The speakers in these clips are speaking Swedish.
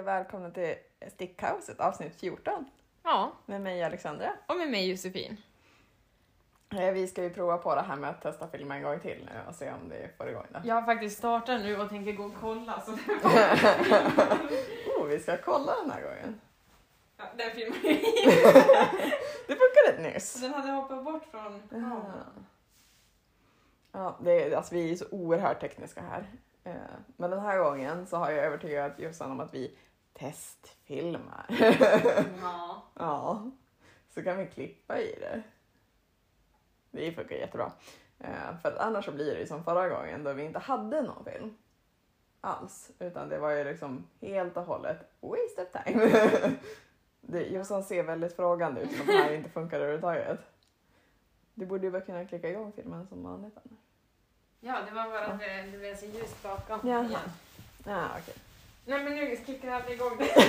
välkomna till Stickhouset, avsnitt 14. Ja. Med mig Alexandra. Och med mig Josefin. Vi ska ju prova på det här med att testa filma en gång till nu och se om det får igång det. Jag har faktiskt startat nu och tänker gå och kolla. Så vi ska kolla den här gången. Ja, den filmar ju. Det funkade nyss. Den hade hoppat bort från kameran. Ja, alltså vi är så oerhört tekniska här. Men den här gången så har jag övertygat Jossan om att vi testfilmar. Ja. Ja, så kan vi klippa i det. Det funkar jättebra. För att annars så blir det som förra gången då vi inte hade någon film alls. Utan det var ju liksom helt och hållet waste of time. Jossan ser väldigt frågande ut som det här inte funkar överhuvudtaget. Du borde ju bara kunna klicka igång filmen som vanligt annars. Ja, det var bara att det blev så ljust bakom. Jaha. Ja, okej. Nej, men nu klickar jag aldrig igång det.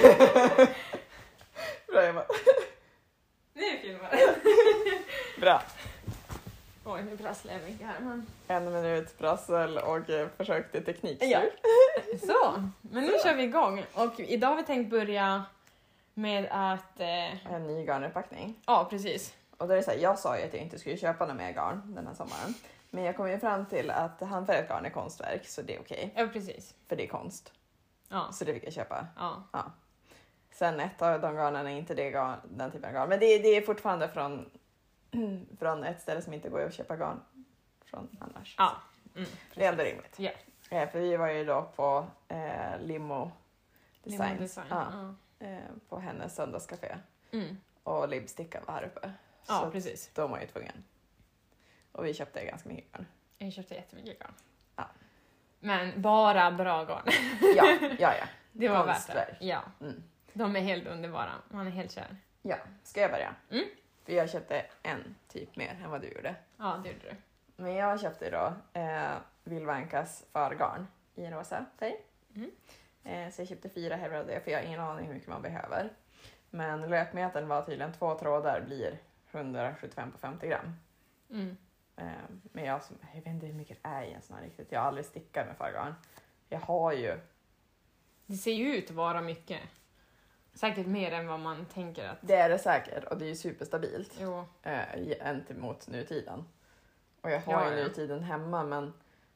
Bra jobbat. Nu filmar Bra. Oj, nu prasslar jag mycket här. Men... 1 minut prassel och försök till teknik. Ja. Så, men nu kör vi igång. Och idag har vi tänkt börja med att... En ny garnurpackning. Ja, precis. Och då är det så här, jag sa ju att jag inte skulle köpa något mer garn den här sommaren. Men jag kom ju fram till att handfärgat garn är konstverk, så det är okej. Ja, precis. För det är konst. Ja. Så det fick jag köpa. Ja. Ja. Sen ett av de garnen är inte den typen av garn. Men det är fortfarande från ett ställe som inte går att köpa garn från annars. Ja. Det är ändå rimligt. Ja. För vi var ju då på Limo Design. Design. Ja. På hennes söndagscafé. Mm. Och Libsticka var här uppe. Ja, så precis. då var man ju tvungen. Och vi köpte ganska mycket garn. Jag köpte jättemycket garn. Ja. Men bara bra garn. Ja. Det var värt Konstverk. det. Ja. Mm. De är helt underbara. Man är helt kär. Ja, ska jag börja? Mm. För jag köpte en typ mer än vad du gjorde. Ja, det gjorde du. Men jag köpte då Villvankas förgarn i en rosa färg. Mm. Så jag köpte 4 här av det, för jag har ingen aning hur mycket man behöver. Men löpmetern var tydligen 2 trådar blir 175 på 50 gram. Mm. Men jag vet inte hur mycket det är i en sån här riktigt. Jag har aldrig stickat med förgarn. Jag har ju... Det ser ju ut att vara mycket. Säkert mer än vad man tänker att... Det är det säkert, och det är ju superstabilt. Jo. Mot nutiden. Och jag har ju nutiden hemma, men...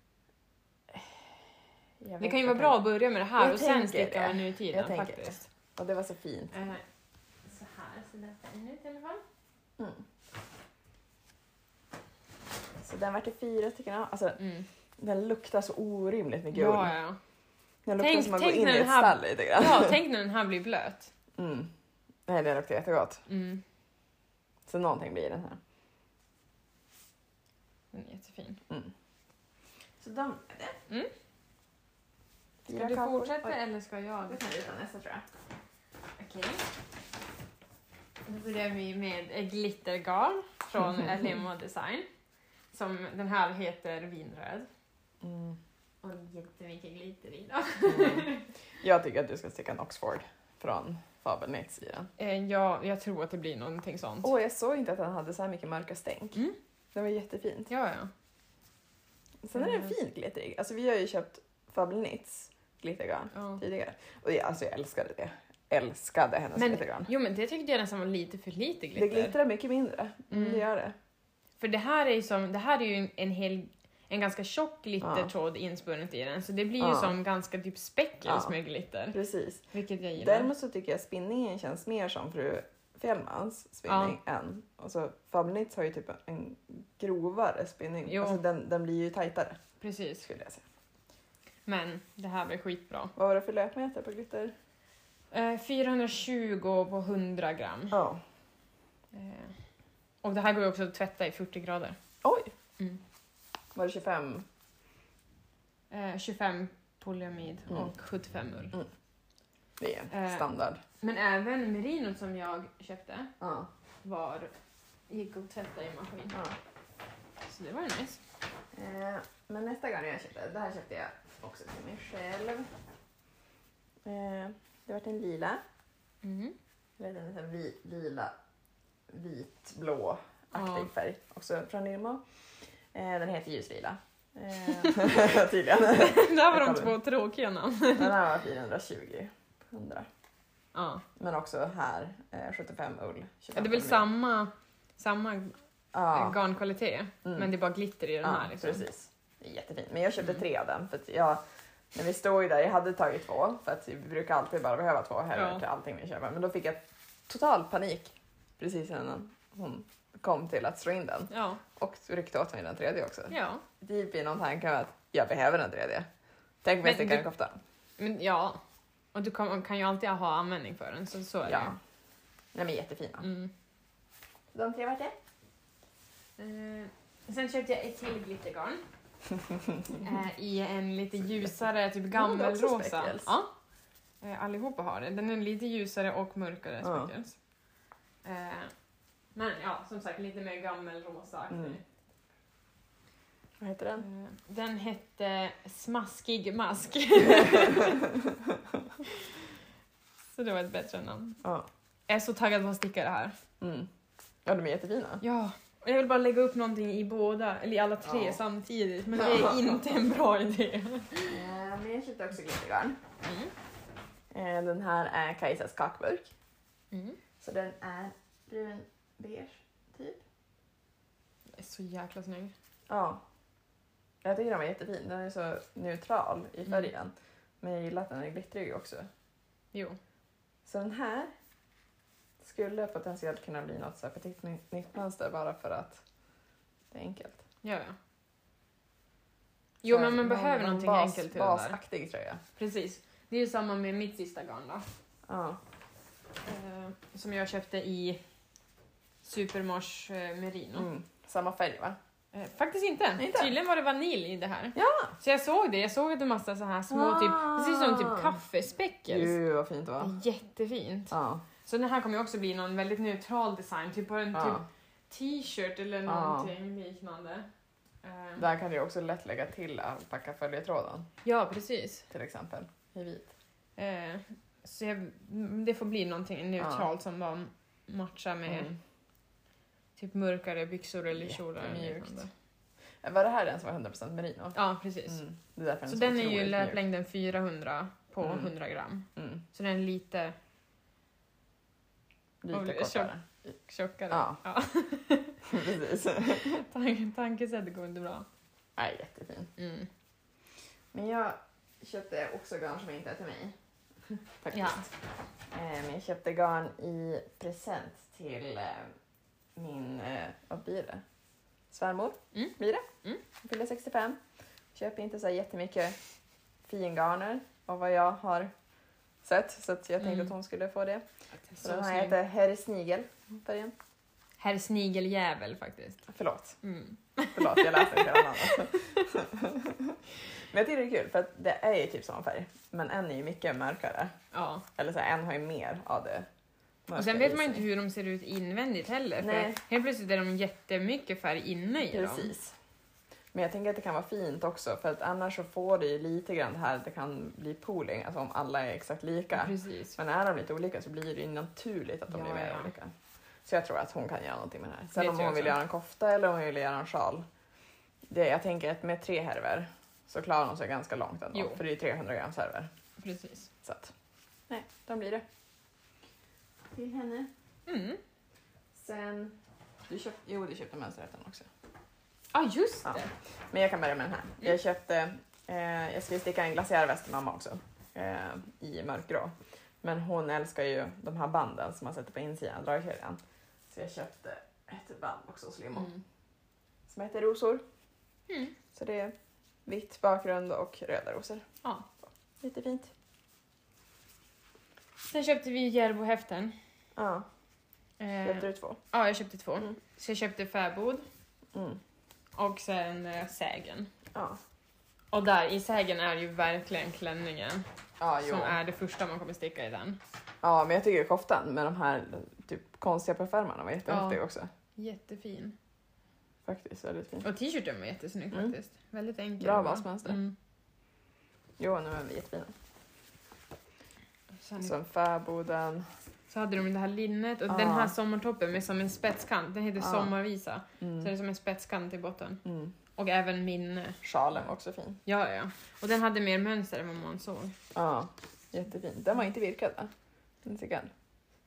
Det kan ju vara bra att börja med det här jag och sen tänker sticka det. med nutiden Jag tänker faktiskt. det. Och det var så fint. Så här ser det ut i alla fall. Mm. Så den var till 4 stycken. Alltså, den luktar så orimligt med guld. Ja. Den luktar som att gå in i ett här... stall lite grann. Ja, tänk när den här blir blöt. Mm. Nej, den luktar jättegott. Mm. Så någonting blir den här. Den är jättefin. Mm. Så de är det. Mm. Ska du fortsätta eller ska jag? Det kan vi ta nästa, tror jag. Okej. Då börjar vi med glittergarn från Limo Design. Som den här heter vinröd. Mm. Och jättemycket glitter i då. Jag tycker att du ska sticka en Oxford från Fabelnitz i den. Ja, jag tror att det blir någonting sånt. Jag såg inte att den hade så här mycket mörka stänk. Mm. Det var jättefint. Ja. Sen är den fint glittrig. Alltså vi har ju köpt Fabelnitz glittergarn tidigare. Och jag älskade det. Älskade hennes glittergarn. Jo, men det tyckte jag nästan var lite för lite glitter. Det glittrar mycket mindre. Det gör det. För det här är ju en ganska tjock glittertråd inspunnet i den. Så det blir ju som ganska typ speckles med glitter. Precis. Vilket jag gillar. Däremot så tycker jag spinningen känns mer som fru Fjällmans spinning än. Och så Fabelnitz har ju typ en grovare spinning. Jo. Alltså den blir ju tajtare. Precis. Skulle jag säga. Men det här blir skitbra. Vad var det för löpmeter på glitter? 420 på 100 gram. Ja. Och det här går ju också att tvätta i 40 grader. Oj! Mm. Var det 25? 25 polyamid och 75 ull. Mm. Det är standard. Men även merinot som jag köpte gick att tvätta i maskin. Ja. Så det var ju nice. Men nästa gång jag köpte, det här köpte jag också till mig själv. Det var en lila. Det är en lila, vitblå aktiv färg. Också från Limo. Den heter ljuslila. Tydligen. Där var de 2 tråkiga namn. Den här var 420. 100. Ja. Men också här 75 ull. Ja, det är väl samma garnkvalitet. Men det är bara glitter i den här. Liksom. Precis. Det är jättefint. Men jag köpte 3 av den. För att när vi stod ju där, jag hade tagit 2. För att vi brukar alltid bara behöva 2 här till allting vi köper. Men då fick jag total panik. Precis innan hon kom till att slå in den. Ja. Och ryckte åt mig den 3:e också. Ja. Typ i någon tanke att jag behöver den 3:e. Tänk mig sticka en kofta. Men ja. Och du kan ju alltid ha användning för den. Så är det. Nej, men jättefina. De 3 vart det? Sen köpte jag ett till glittergarn. I en lite ljusare, typ gammelrosa. Ja. Allihopa har det. Den är lite ljusare och mörkare speckles. Men ja, som sagt lite mer gammelrosa. Vad heter den? Den hette Smaskig mask. Så det var ett bättre namn. Ja. Jag är så taggad på att sticka det här. Ja, de är jättefina. Ja. Och jag vill bara lägga upp någonting i båda, eller i alla 3 samtidigt. Men det är inte en bra idé. Men jag köpte också glittergarn. Den här är Kajsas kakburk. Så den är brun beige typ. Det är så jäkla snygg. Ja. Jag tycker den var jättefin. Den är så neutral i färgen. Men jag gillar att den är glittrig också. Jo. Så den här skulle potentiellt kunna bli något så här petit nytt mönster bara för att det är enkelt. Ja. Jo, men man behöver någonting enkelt till den där. Basaktig tröja. Precis. Det är ju samma med mitt sista garn då. Ja. Som jag köpte i Supermors merino. Samma färg, va? Faktiskt inte. Tydligen var det vanilj i det här. Ja. Så jag såg det. Jag såg att det massa så här små typ, precis som typ kaffespeckels. Gud vad fint det var. Det är jättefint. Ja. Så den här kommer ju också bli någon väldigt neutral design. Typ på en typ t-shirt eller någonting liknande. Där kan du också lätt lägga till alpacka följetråden. Ja, precis. Till exempel i vit. Så det får bli någonting neutralt som bara matchar med typ mörkare byxor eller kjolar. Var det här den som var 100% merino? Ja, precis. Det är så den är ju löplängden 400 på 100 gram. Så den är lite kortare. Tjockare. Ja. Precis. Tankesättet går inte bra. Nej, jättefin. Men jag köpte också garn som inte är till mig. Faktiskt. Men jag köpte garn i present till min, vad blir det? Svärmor blir det. Hon fyllde 65. Köper inte så jättemycket fingarner av vad jag har sett. Så att jag tänkte att hon skulle få det. Så den här heter Herr Snigel. Färgen. Herr Snigeljävel faktiskt. Förlåt, jag läser inte annat. Men jag tycker det är kul för att det är ju typ samma färg. Men en är ju mycket mörkare. Ja. Eller så här, en har ju mer av det. Och sen vet man inte hur de ser ut invändigt heller. Nej. För helt plötsligt är de jättemycket färg inne i dem. Precis. Men jag tänker att det kan vara fint också. För att annars så får det ju lite grann här. Det kan bli pooling. Alltså om alla är exakt lika. Precis. Men är de lite olika så blir det ju naturligt att de blir mer olika. Så jag tror att hon kan göra någonting med det här. Sen om hon vill göra en kofta eller om hon vill göra en sjal. Jag tänker att med 3 härver så klarar hon sig ganska långt ändå. Jo. För det är 300 grams härver. Precis. Så att, nej, de blir det. Till henne. Sen, du köpte mönsterrätten också. Just det. Men jag kan börja med den här. Jag köpte, jag skulle sticka en glaciärväst till mamma också. I mörkgrå. Men hon älskar ju de här banden som man sätter på insidan, dragkedjan. Så jag köpte ett band också hos Limo. Som heter Rosor. Så det är vitt bakgrund och röda rosor. Ja. Lite fint. Sen köpte vi Järbohäften. Ja. Köpte du 2? Ja, jag köpte 2. Så jag köpte fäbod. Och sen sägen. Ja. Och där i sägen är ju verkligen klänningen. Som är det första man kommer sticka i den. Ja, men jag tycker koftan med de här typ konstiga pärmarna var jättehäftig också. Jättefin. Faktiskt, väldigt fin. Och t-shirten var jättesnygg faktiskt. Väldigt enkel. Bra basmönster. Jo, nu är den jättefina. Som fäboden. Så hade de det här linnet och den här sommartoppen med som en spetskant. Den heter Sommarvisa. Så det är som en spetskant i botten. Och även minne. Sjalen var också fin. Ja. Och den hade mer mönster än vad man såg. Ja, jättefin. Den var inte virkad, va? Den tycker jag.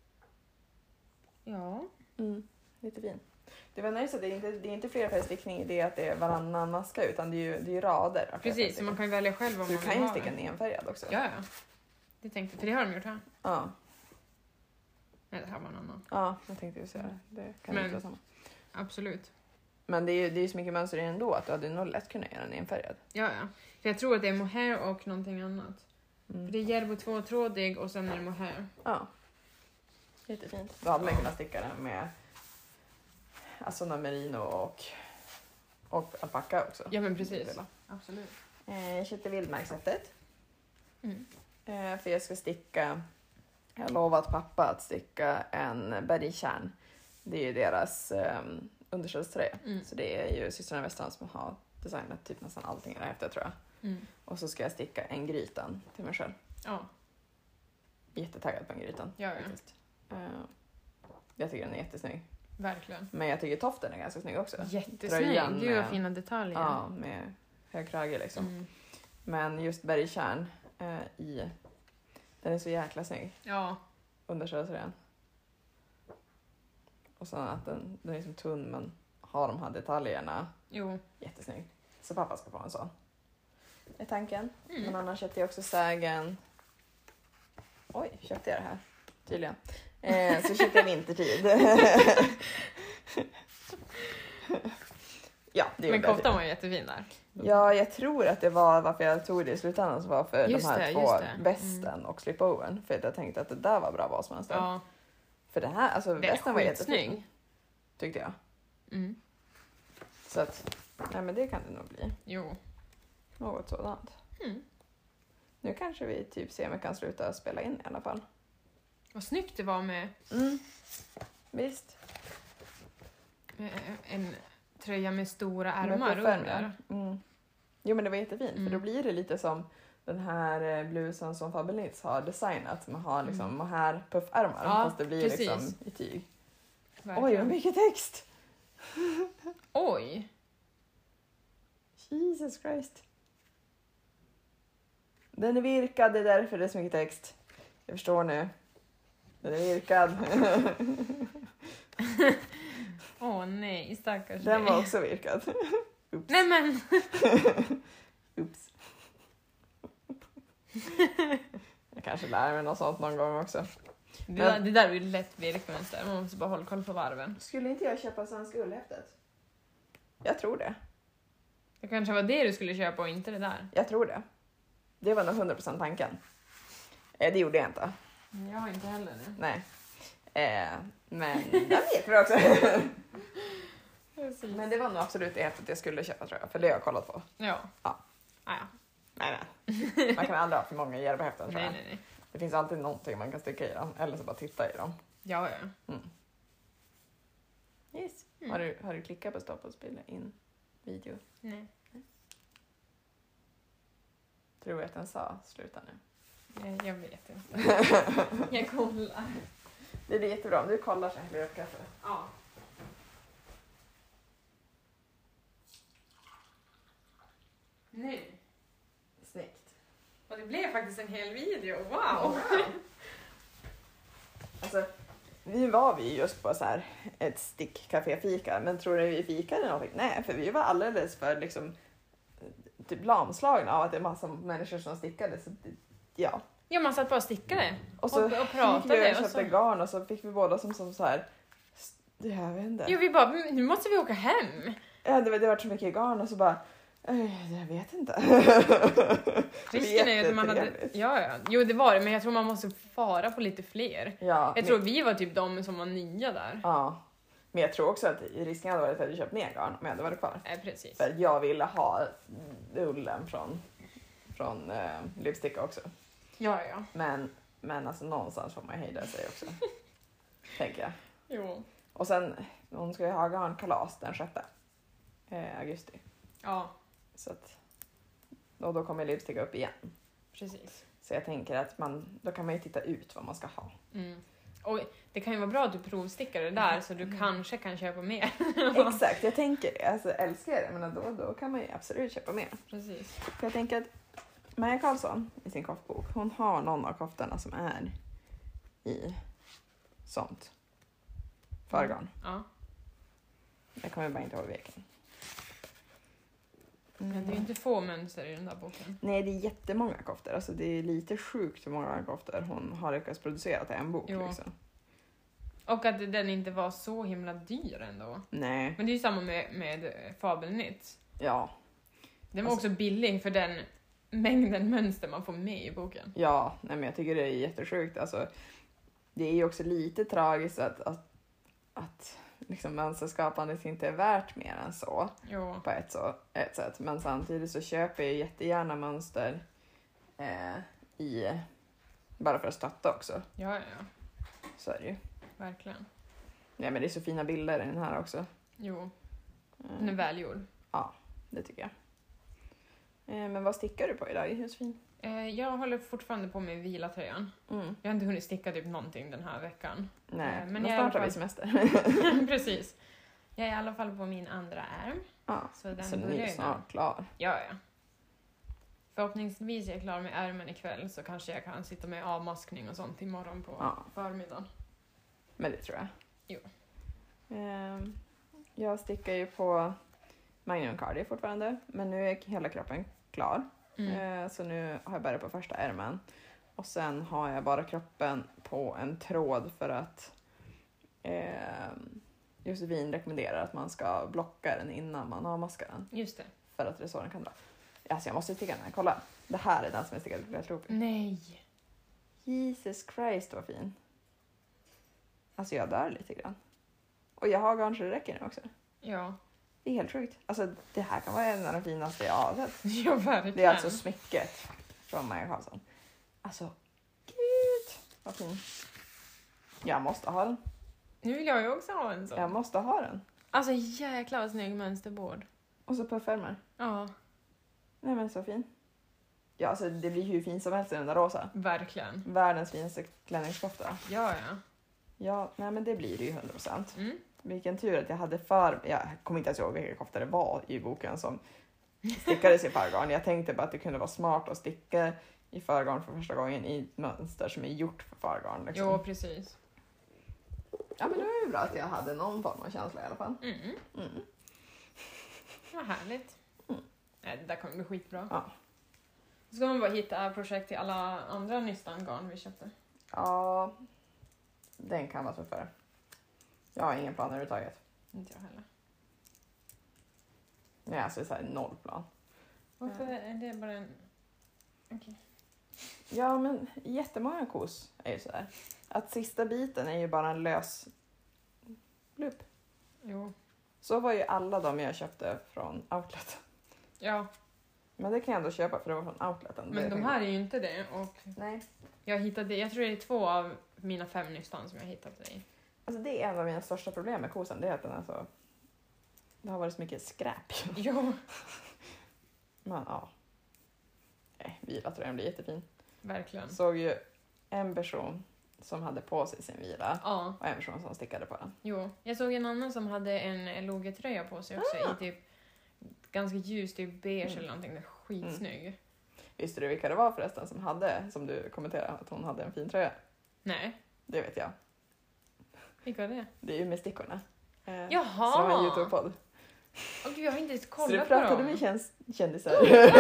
Ja. Lite fin. Det var nice att det är inte flera färgstickning i det att det är varannan maska utan det är ju rader. Precis, så man kan välja själv om man vill ha. Du kan ju sticka en enfärgad också. Ja. Det tänkte för det har de gjort här. Ja. Nej, det här var en annan. Ja, jag tänkte ju säga det. Det kan inte vara samma. Absolut. Men det är ju så mycket mönster i ändå att du hade nog lätt kunnat göra en enfärgad. Ja. För jag tror att det är mohair och någonting annat. För det är Järbo 2-trådig och sen är det mohair. Ja. Jättefint. Då hade man kunnat sticka den med merino och alpacka också. Ja, men precis. Absolut. Jag köpte vildmarkshäftet. För jag ska sticka. Jag har lovat pappa att sticka en bergkärn. Det är ju deras understödströja. Så det är ju systrarna Western som har designat typ nästan allting i det här häftet, tror jag. Och så ska jag sticka en grytan till mig själv. Ja. Jättetaggad på en grytan. Ja. Jag tycker den är jättesnygg. Verkligen. Men jag tycker toften är ganska snygg också. Jättesnygg. Gud vad fina detaljer. Ja, med hög krage liksom. Men just bergkärn den är så jäkla snygg. Ja. Understödströjan. Och sen att den är liksom tunn men har de här detaljerna. Jo. Jättesnygg. Så pappa ska få en sån. Det är tanken. Men annars köpte jag också sägen. Oj, köpte jag det här? Tydligen. Så köpte jag vintertid. Ja, det men koftan var ju jättefin där. Ja, jag tror att det var varför jag tog det i slutändan som var för de här två västen och slipovern. För jag tänkte att det där var bra basmönster. Ja. För det här, alltså västen var jättesnygg. Tyckte jag. Så att, nej men det kan det nog bli. Jo. Något sådant. Nu kanske vi typ ser om vi kan sluta spela in i alla fall. Vad snyggt det var med. Visst. En tröja med stora ärmar under. Jo men det var jättefint. För då blir det lite som den här blusen som Fabelnitz har designat. Man har liksom här puffärmar. Fast det blir liksom i tyg. Verkligen. Oj vad mycket text. Oj. Jesus Christ. Den är virkad, det är därför det är så mycket text. Jag förstår nu. Den är virkad. Nej, stackars den var också virkad. Oops. Nej men. Oops. Jag kanske lär mig något sånt någon gång också. Det där är ju lätt virkmönster. Man måste bara hålla koll på varven. Skulle inte jag köpa Svenska ullhäftet? Jag tror det. Det kanske var det du skulle köpa och inte det där. Jag tror det. Det var nog 100% tanken. Det gjorde jag inte. Jag har inte heller det. Nej. Men den vet vi också. Men det var nog absolut det häftet jag skulle köpa, tror jag. För det har jag kollat på. Ja. Nej. Man kan aldrig ha för många Järbo-häften, tror jag. Nej. Det finns alltid någonting man kan sticka i dem. Eller så bara titta i dem. Ja. Yes. Har du klickat på stopp och spela in video? Nej. Tror jag att den sa sluta nu? Nej, jag vet inte. Jag kollar. Det blir jättebra om du kollar så häller jag upp kaffe. Ja. Nu. Snyggt. Och det blev faktiskt en hel video. Wow! Alltså, nu var vi just på så här ett stickcafé-fika. Men tror du vi fikade någonting? Nej, för vi var alldeles för liksom typ lamslagna av att det är massa människor som stickade. Så ja. Ja, man satt bara och stickade. Och så och pratade. Vi köpte garn och så fick vi båda som så här. Jag vet inte. Jo, vi bara, nu måste vi åka hem. Ja, det var så mycket garn och så bara, jag vet inte. Risken är att man hade... Ja. Jo, det var det, men jag tror man måste fara på lite fler. Ja, jag tror vi var typ de som var nya där. Ja, men jag tror också att risken hade varit att vi köpt mer garn om jag hade varit kvar. Precis. För jag ville ha ullen från Lipsticka också. Ja. Men alltså någonstans får man hejda sig också. Tänker jag. Jo. Och sen, hon ska ju ha garnkalas den 6 augusti. Ja. Så att, och då kommer Lipsticka upp igen. Precis. Så jag tänker att då kan man ju titta ut vad man ska ha. Och det kan ju vara bra att du provstickar det där så du kanske kan köpa mer. Exakt, jag tänker det. Alltså älskar jag det, men då kan man ju absolut köpa mer. Precis. För jag tänker att Maja Karlsson i sin koftbok, hon har någon av koftorna som är i sånt förgarn. Ja. Jag kommer bara inte ihåg vilken. Det är ju inte få mönster i den där boken. Nej, det är jättemånga koftor. Alltså, det är lite sjukt hur många koftor hon har lyckats producera till en bok. Liksom. Och att den inte var så himla dyr ändå. Nej. Men det är ju samma med Fabelnytt. Ja. Den var också billig för den mängden mönster man får med i boken. Ja, nej, men jag tycker det är jättesjukt. Alltså, det är ju också lite tragiskt att liksom mönsterskapandet inte är värt mer än så. Jo. På ett sätt. Men samtidigt så köper jag jättegärna mönster bara för att stötta också. Ja. Så är det ju. Verkligen. Nej, men det är så fina bilder i den här också. Jo. Den är välgjord. Ja, det tycker jag. Men vad stickar du på idag, Josefin? Jag håller fortfarande på med vilatröjan. Jag har inte hunnit sticka typ någonting den här veckan. Nej, men snart har vi semester. Precis. Jag är i alla fall på min andra ärm. Ja, så den är snart klar. Ja. Förhoppningsvis är jag klar med ärmen ikväll, så kanske jag kan sitta med avmaskning och sånt imorgon på förmiddagen. Men det tror jag. Jo. Jag stickar ju på Magnum Cardi fortfarande, men nu är hela kroppen klar. Så nu har jag börjat på första ärmen. Och sen har jag bara kroppen på en tråd för att Josefin rekommenderar att man ska blocka den innan man avmaskar den. Just det. För att resåren kan dra. Alltså jag måste sticka den här. Kolla. Det här är den som jag stickade på Grätlopi. Nej. Jesus Christ vad fin. Alltså jag dör lite grann. Och jag har garn så det räcker nu också. Ja. Det är helt sjukt. Alltså det här kan vara en av de finaste jag har sett. Ja, verkligen. Det är alltså smycket från Maja Karlsson. Alltså, gud vad fin. Jag måste ha den. Nu vill jag ju också ha en sån. Jag måste ha den. Alltså jäklar vad snygg mönsterbord. Och så puffärmar. Ja. Nej men så fin. Ja, alltså det blir hur fin som helst i den där rosa. Verkligen. Världens finaste klänningskofta. Ja. Ja, nej men det blir det ju 100%. Mm. Vilken tur att jag hade jag kommer inte ens ihåg vilka koftor det var i boken som stickades i förgarn. Jag tänkte bara att det kunde vara smart att sticka i förgarn för första gången i ett mönster som är gjort för förgarn. Liksom. Jo, precis. Ja, men det var ju bra att jag hade någon form av känsla i alla fall. Vad härligt. Nej, det där kommer bli skitbra. Ja. Ska man bara hitta projekt till alla andra Nystan-garn vi köpte? Ja, den kan vara tuffare. Jag har ingen plan överhuvudtaget. Inte jag heller. Nej, alltså så här 0 plan. Varför är det bara en... Okej. Ja, men jättemånga kos är ju sådär. Att sista biten är ju bara en lös blubb. Jo. Så var ju alla de jag köpte från outlet. Ja. Men det kan jag ändå köpa för det var från outleten. Men de här är ju inte det. Och nej. jag tror det är 2 av mina 5 Nystan som jag hittat i. Alltså det är en av mina största problem med kosen. Det är att den är så... Det har varit så mycket skräp. Jo. Men ja. Vila tror jag blir jättefin. Verkligen. Såg ju en person som hade på sig sin vila. Ja. Och en person som stickade på den. Jo. Jag såg en annan som hade en logetröja på sig också i typ ganska ljus, typ beige eller någonting. Det är skitsnygg. Visste du vilka det var förresten som du kommenterade att hon hade en fin tröja? Nej. Det vet jag. Vilka är det? Det är ju med stickorna. Jaha! Som en YouTube-podd. Och gud, jag har inte ens kollat på dem. Så du pratade med kändisar?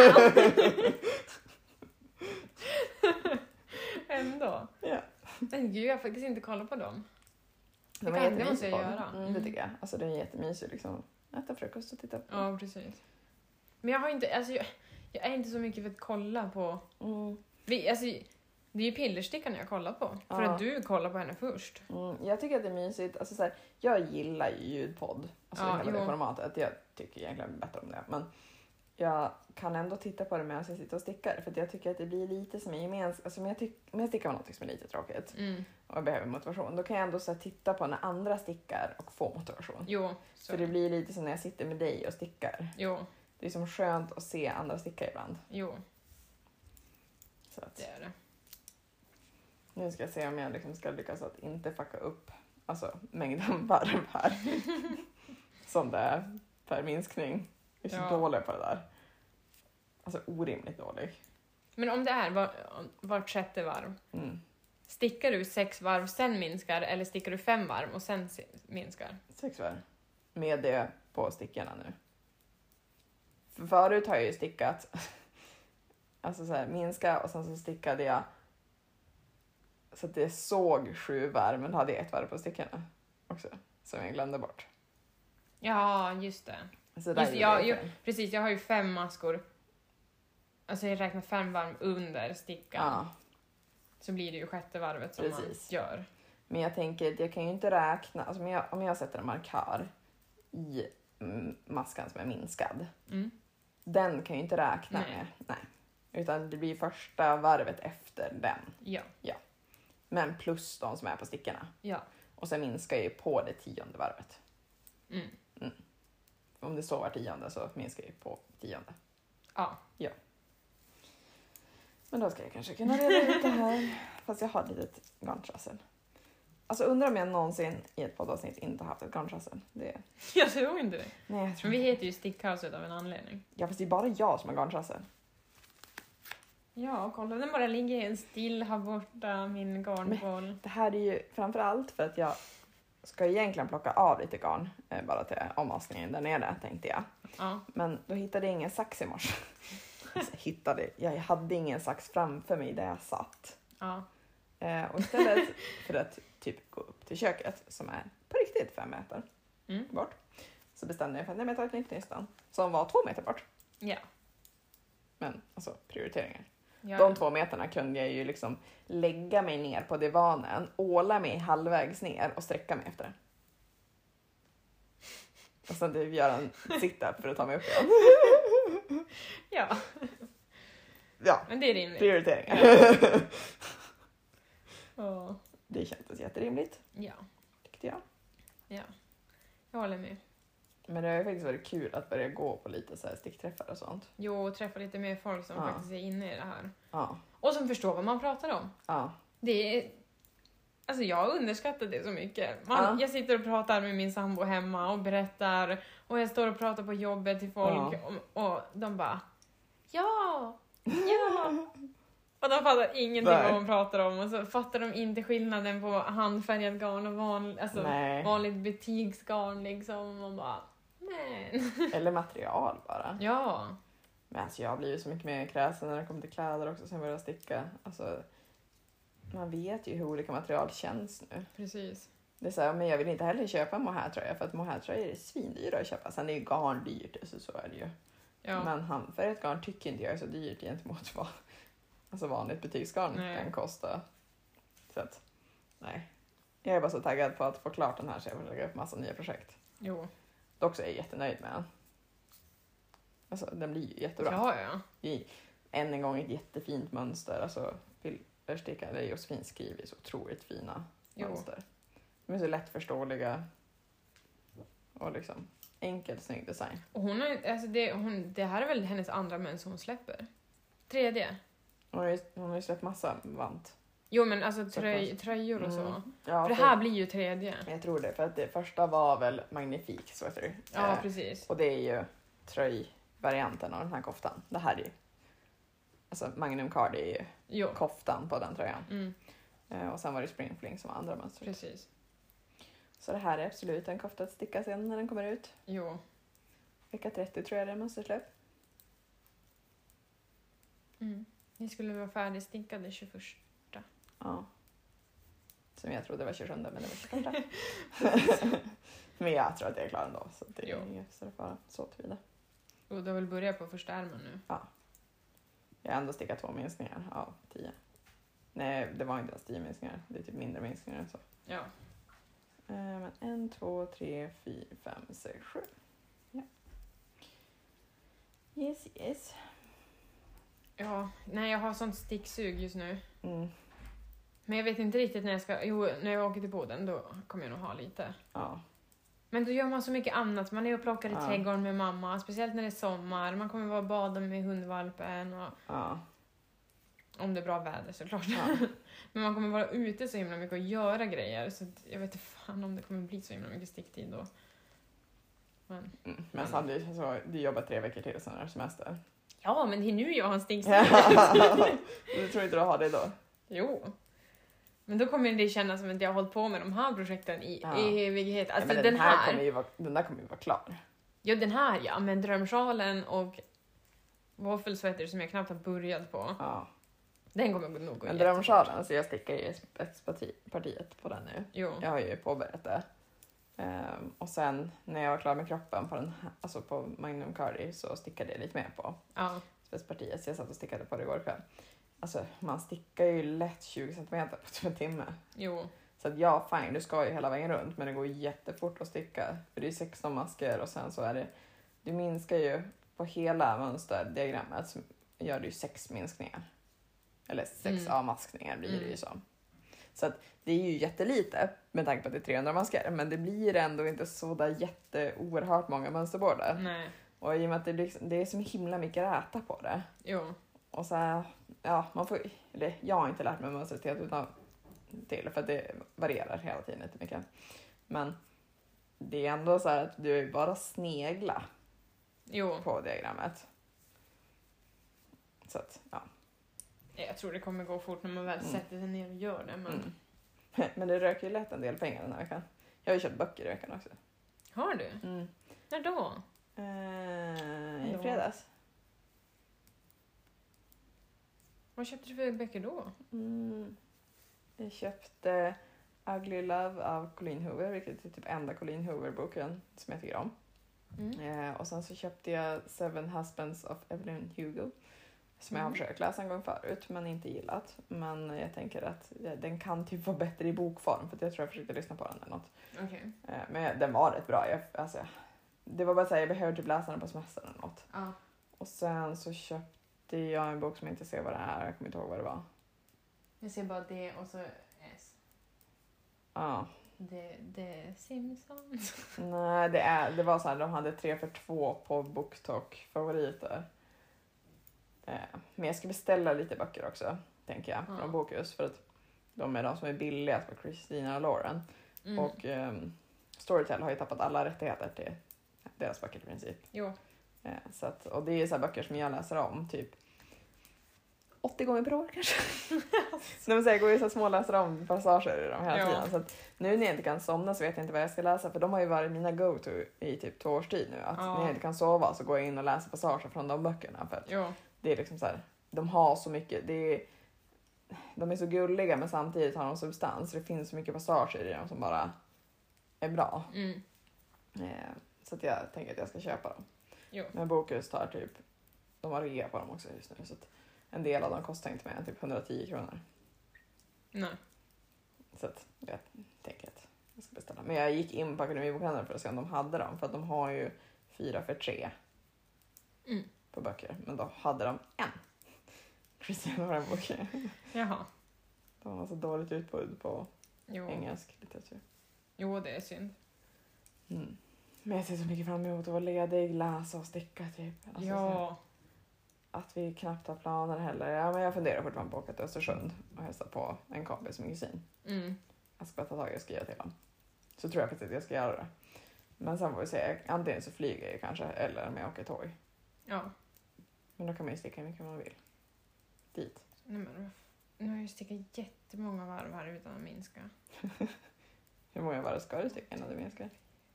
Ändå. Ja. Men gud, jag har faktiskt inte kollat på dem. De är jättemysiga. Det tycker jag. Alltså det är jättemysigt liksom. Äta frukost och titta på. Ja, precis. Men jag har inte, alltså jag är inte så mycket för att kolla på. Det är ju Pillerstickan jag kollar på. För att du kollar på henne först. Jag tycker att det är mysigt. Alltså, så här, jag gillar ju ljudpodd. Alltså hela det formatet. Jag tycker egentligen bättre om det. Men jag kan ändå titta på det medan jag sitter och stickar. För att jag tycker att det blir lite som en gemenskap. Alltså, om jag stickar med något som är lite tråkigt. Och jag behöver motivation. Då kan jag ändå så här, titta på när andra stickar och få motivation. Jo. Så det blir lite som när jag sitter med dig och stickar. Jo. Det är som skönt att se andra sticka ibland. Jo. Så att, det är det. Nu ska jag se om jag liksom ska lyckas att inte fucka upp mängden varv här. Som det är per minskning. Jag är så dålig på det där. Alltså orimligt dålig. Men om det är vart sjätte varv. Stickar du 6 varv sen minskar eller stickar du 5 varv och sen minskar? 6 varv. Med det på stickorna nu. För förut har jag ju stickat alltså så här, minska och sen så stickade jag så att det såg 7 varv, men hade 1 varv på stickorna också som jag glömde bort. Ja, just det. Så där precis, jag har ju 5 maskor. Alltså jag räknar 5 varv under stickan. Ja. Så blir det ju 6:e varvet som precis. Man gör. Men jag tänker att jag kan ju inte räkna, alltså om jag sätter en markör i maskan som är minskad. Den kan ju inte räkna med. Nej. Utan det blir första varvet efter den. Ja. Men plus de som är på stickorna. Ja. Och sen minskar ju på det 10:e varvet. Om det står var 10:e så minskar ju på 10:e. Ja. Men då ska jag kanske kunna reda ut det här. Fast jag har ett litet garntrassel. Alltså undrar om jag någonsin i ett poddavsnitt inte haft ett garntrassel. Jag tror inte det. Nej, jag tror vi heter ju Stickhuset av en anledning. Ja, fast det är bara jag som har garntrassel. Ja, kolla, den bara ligger en still här borta, min garnboll. Men det här är ju framförallt för att jag ska egentligen plocka av lite garn bara till ommaskningen där nere, tänkte jag. Ja. Men då hittade jag ingen sax i morse. Jag hade ingen sax framför mig där jag satt. Ja. Och istället för att typ gå upp till köket som är på riktigt 5 meter bort, så bestämde jag för att jag tar ett nytt nystan som var 2 meter bort. Ja. Men alltså prioriteringar. Ja. De 2 meterna kunde jag ju liksom lägga mig ner på divanen, åla mig halvvägs ner och sträcka mig efter det. Och sen typ göra en sit-up för att ta mig upp igen. Ja. Ja, men det är rimligt. Prioriteringar. Ja. Det kändes jätterimligt. Ja. Tyckte jag. Ja, jag håller med. Men det har ju faktiskt varit kul att börja gå på lite så här stickträffar och sånt. Jo, och träffa lite mer folk som faktiskt är inne i det här. Ja. Och som förstår vad man pratar om. Ja. Det är... Alltså jag underskattar det så mycket. Jag sitter och pratar med min sambo hemma och berättar. Och jag står och pratar på jobbet till folk. Och de bara... Ja! Och de fattar ingenting vad man pratar om. Och så fattar de inte skillnaden på handfärgad garn och vanligt butiksgarn liksom. Och man bara... Men. Eller material bara. Ja. Men alltså jag har blivit så mycket mer kräsen när det kommer till kläder också sen jag började sticka. Alltså, man vet ju hur olika material känns nu. Precis. Det är så här, men jag vill inte heller köpa mohairtröja för att mohairtröja är svindyra att köpa. Sen är ju garn dyrt, så är det ju. Ja. Men handfärgat garn tycker inte jag är så dyrt gentemot vad alltså vanligt butiksgarn kan kosta. Så att, nej. Jag är bara så taggad på att få klart den här så jag får lägga upp massa nya projekt. Jo. Dock så är jag jättenöjd med den. Alltså den blir ju jättebra. Ja. Än en gång ett jättefint mönster. Alltså Pillersticka eller Josefin skriver så otroligt fina mönster. De är så lättförståeliga. Och liksom enkel, snygg design. Och hon har, alltså det här är väl hennes andra mönster hon släpper? 3D? Hon har ju släppt massa vant. Jo men alltså tröjor och så. Ja, för det här blir ju 3D. Jag tror det, för att det första var väl Magnifique sweater. Ja, precis. Och det är ju tröjvarianten av den här koftan. Det här är ju, alltså Magnum Card är ju koftan på den tröjan. Och sen var det Spring Fling som var andra mönster. Precis. Så det här är absolut en kofta att sticka sen när den kommer ut. Jo. Vecka 30 tror jag det är mönstersläpp. Ni skulle vara färdigstickade 21. Ja. Som jag trodde var 27, men det var 21. Men jag tror att jag är klar ändå. Så det är inget större fara. Så tillvida. Och du har väl börjat på första ärmen nu? Ja. Jag har ändå stickat 2 minskningar av 10. Nej, det var inte ens 10 minskningar. Det är typ mindre minskningar än så. Ja. Men 1, 2, 3, 4, 5, 6, 7. Ja. Yes. Ja, nej jag har sånt sticksug just nu. Men jag vet inte riktigt när jag ska... Jo, när jag åker till Boden då kommer jag nog ha lite. Ja. Men då gör man så mycket annat. Man är och plockar i trädgården med mamma. Speciellt när det är sommar. Man kommer vara och bada med hundvalpen. Och... Ja. Om det är bra väder såklart. Ja. Men man kommer vara ute så himla mycket och göra grejer. Så jag vet inte fan om det kommer bli så himla mycket sticktid då. Men samtidigt så du jobbar 3 veckor till sen är det semester. Ja, men det är nu jag har en stickstid. Du tror inte du har det då? Jo. Men då kommer det kännas som att jag har hållit på med de här projekten i evighet. Alltså men den här kommer ju vara klar. Ja, den här ja. Men drömsjalen och våffelsweater som jag knappt har börjat på. Ja. Den kommer nog gå. Men drömsjalen, så jag stickar ju spetspartiet på den nu. Jo. Jag har ju påbörjat det. Och sen när jag var klar med kroppen på den här, alltså på Magnum Curry, så stickade jag lite mer på spetspartiet. Så jag satt och stickade på det igår kväll. Alltså man stickar ju lätt 20 cm på typ en timme. Jo. Så att fine, du ska ju hela vägen runt, men det går jättefort att sticka. För det är 16 masker och sen så är det, du minskar ju på hela mönsterdiagrammet, så gör du ju 6 minskningar. Eller 6 avmaskningar blir det ju som. Så att det är ju jättelite med tanke på att det är 300 masker. Men det blir ändå inte så där oerhört många mönsterbord. Nej. Och i och med att det är så himla mycket att äta på det. Jo. Och så här, ja, jag har inte lärt mig mönstret helt utan till. För att det varierar hela tiden lite mycket. Men det är ändå så här att du bara snegla på diagrammet. Så att, ja. Jag tror det kommer gå fort när man väl sätter sig ner och gör det. Men, men det röker ju lätt en del pengar den här veckan. Jag har ju köpt böcker i veckan också. Har du? När då? I fredags. Vad köpte du för böcker då? Jag köpte Ugly Love av Colleen Hoover, vilket är typ enda Colleen Hoover-boken som jag tycker om. Och sen så köpte jag Seven Husbands of Evelyn Hugo. Som jag har försökt läsa en gång förut men inte gillat. Men jag tänker att den kan typ vara bättre i bokform. För att jag tror jag försökte lyssna på den eller något. Okay. Men den var rätt bra. Det var bara så här, jag behövde typ läsa den på semestern eller något. Och sen så köpte jag en bok som jag inte ser vad det är. Jag kommer inte ihåg vad det var. Jag ser bara D och så S. Ja. Det Simpsons. Nej, det var så här, de hade 3 för 2 på BookTok-favoriter. Men jag ska beställa lite böcker också, tänker jag, från Bokus. För att de är de som är billigast på Christina och Lauren. Och Storytel har ju tappat alla rättigheter till deras böcker i princip. Jo. Så att, och det är så här böcker som jag läser om typ 80 gånger per år kanske. Jag går ju så små läser om passager i dem hela tiden. Så att nu när jag inte kan somna så vet jag inte vad jag ska läsa. För de har ju varit mina go-to i typ 2 års tid nu. Att när jag inte kan sova så går jag in och läser passager från de böckerna. För att det är liksom så här, de har så mycket, de är så gulliga men samtidigt har de substans. Det finns så mycket passager i dem som bara är bra. Så att jag tänker att jag ska köpa dem. Men Bokus tar typ, de har rea på dem också just nu. Så att en del av dem kostar inte mer än typ 110 kronor. Nej. Så att jag tänker att jag ska beställa. Men jag gick in på Akademibokhandeln för att se om de hade dem. För att de har ju 4 för 3 på böcker. Men då hade de en Christina Lauren-bok. Jaha. De har så dåligt utbud på engelsk litteratur. Jo, det är synd. Men jag ser så mycket fram emot att vara ledig, läsa och sticka typ. Alltså, att vi knappt har planer heller. Ja, men jag funderar fortfarande på att åka till Östersund och hälsa på en kompis med kusin. Jag ska ta tag i och skriva till dem. Så tror jag faktiskt att jag ska göra det. Men sen får vi se. Antingen så flyger jag kanske eller om jag åker tåg. Ja. Men då kan man ju sticka hur mycket man vill. Dit. Nej, men nu har jag stickat jättemånga varv här utan att minska. Hur många varv ska du sticka innan du minskar?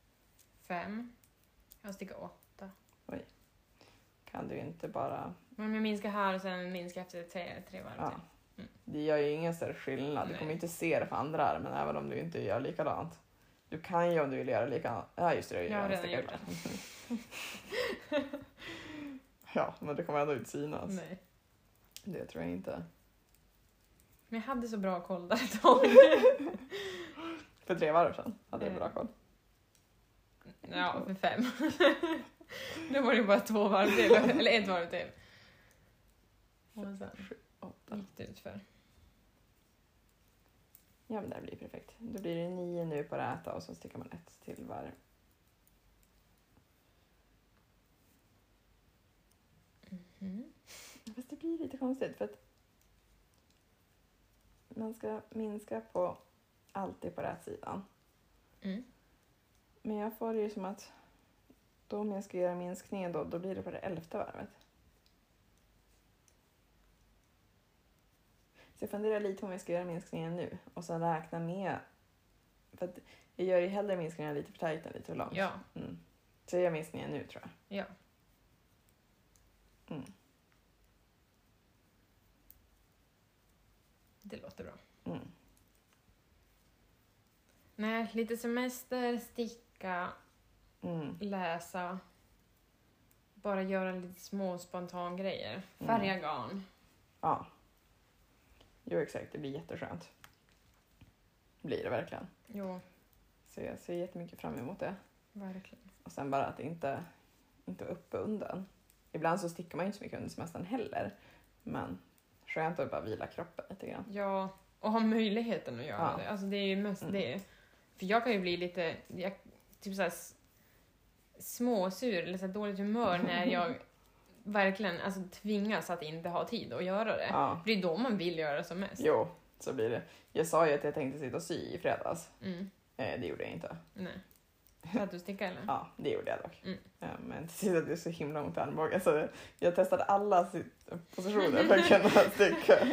5. Jag har stickat 8. Oj. Kan du inte bara... Men jag minskar här och sen minskar efter 3 varv till. Det gör ju ingen större skillnad. Du kommer inte se det för andra men även om du inte gör likadant. Du kan ju om du vill göra likadant. Ja, just det. Jag har redan gjort det. Ja, men det kommer ändå inte synas. Nej. Det tror jag inte. Men jag hade så bra koll där ett tag. För 3 varv sedan hade du bra koll. Ja, för 5. Nu var det bara 2 varv till. Eller 1 varv till. Och sen gick det ut för. Ja, men det blir perfekt. Då blir det 9 nu på att äta och så stickar man 1 till varv. Fast det blir lite konstigt för att man ska minska på alltid på rätt sidan. Men jag får det ju som att då om jag ska göra minskningen då blir det på det 11:e varvet. Så jag funderar lite om jag ska göra minskningen nu. Och sen räkna med... För att jag gör ju hellre minskningen lite för tajt än lite för långt. Ja. Så jag gör minskningen nu, tror jag. Ja. Det låter bra. Nej, lite semester, sticka, läsa. Bara göra lite små spontan grejer. Färga garn. Ja. Jo, exakt. Det blir jätteskönt. Blir det verkligen. Jo. Så jag ser jättemycket fram emot det. Verkligen. Och sen bara att inte uppe undan. Ibland så stickar man ju inte så mycket under semestern heller. Men skönt att bara vila kroppen lite grann. Ja, och ha möjligheten att göra det. Alltså det är ju mest det. För jag kan ju bli lite, typ såhär småsur eller så dåligt humör när jag verkligen tvingas att inte ha tid att göra det. Ja. För det är då man vill göra som mest. Jo, så blir det. Jag sa ju att jag tänkte sitta och sy i fredags. Det gjorde jag inte. Nej. För att du stickar eller? Ja, det gjorde jag dock. Men till sist att det är så himla ont i armbågen. Så jag testade alla positioner för att kunna sticka.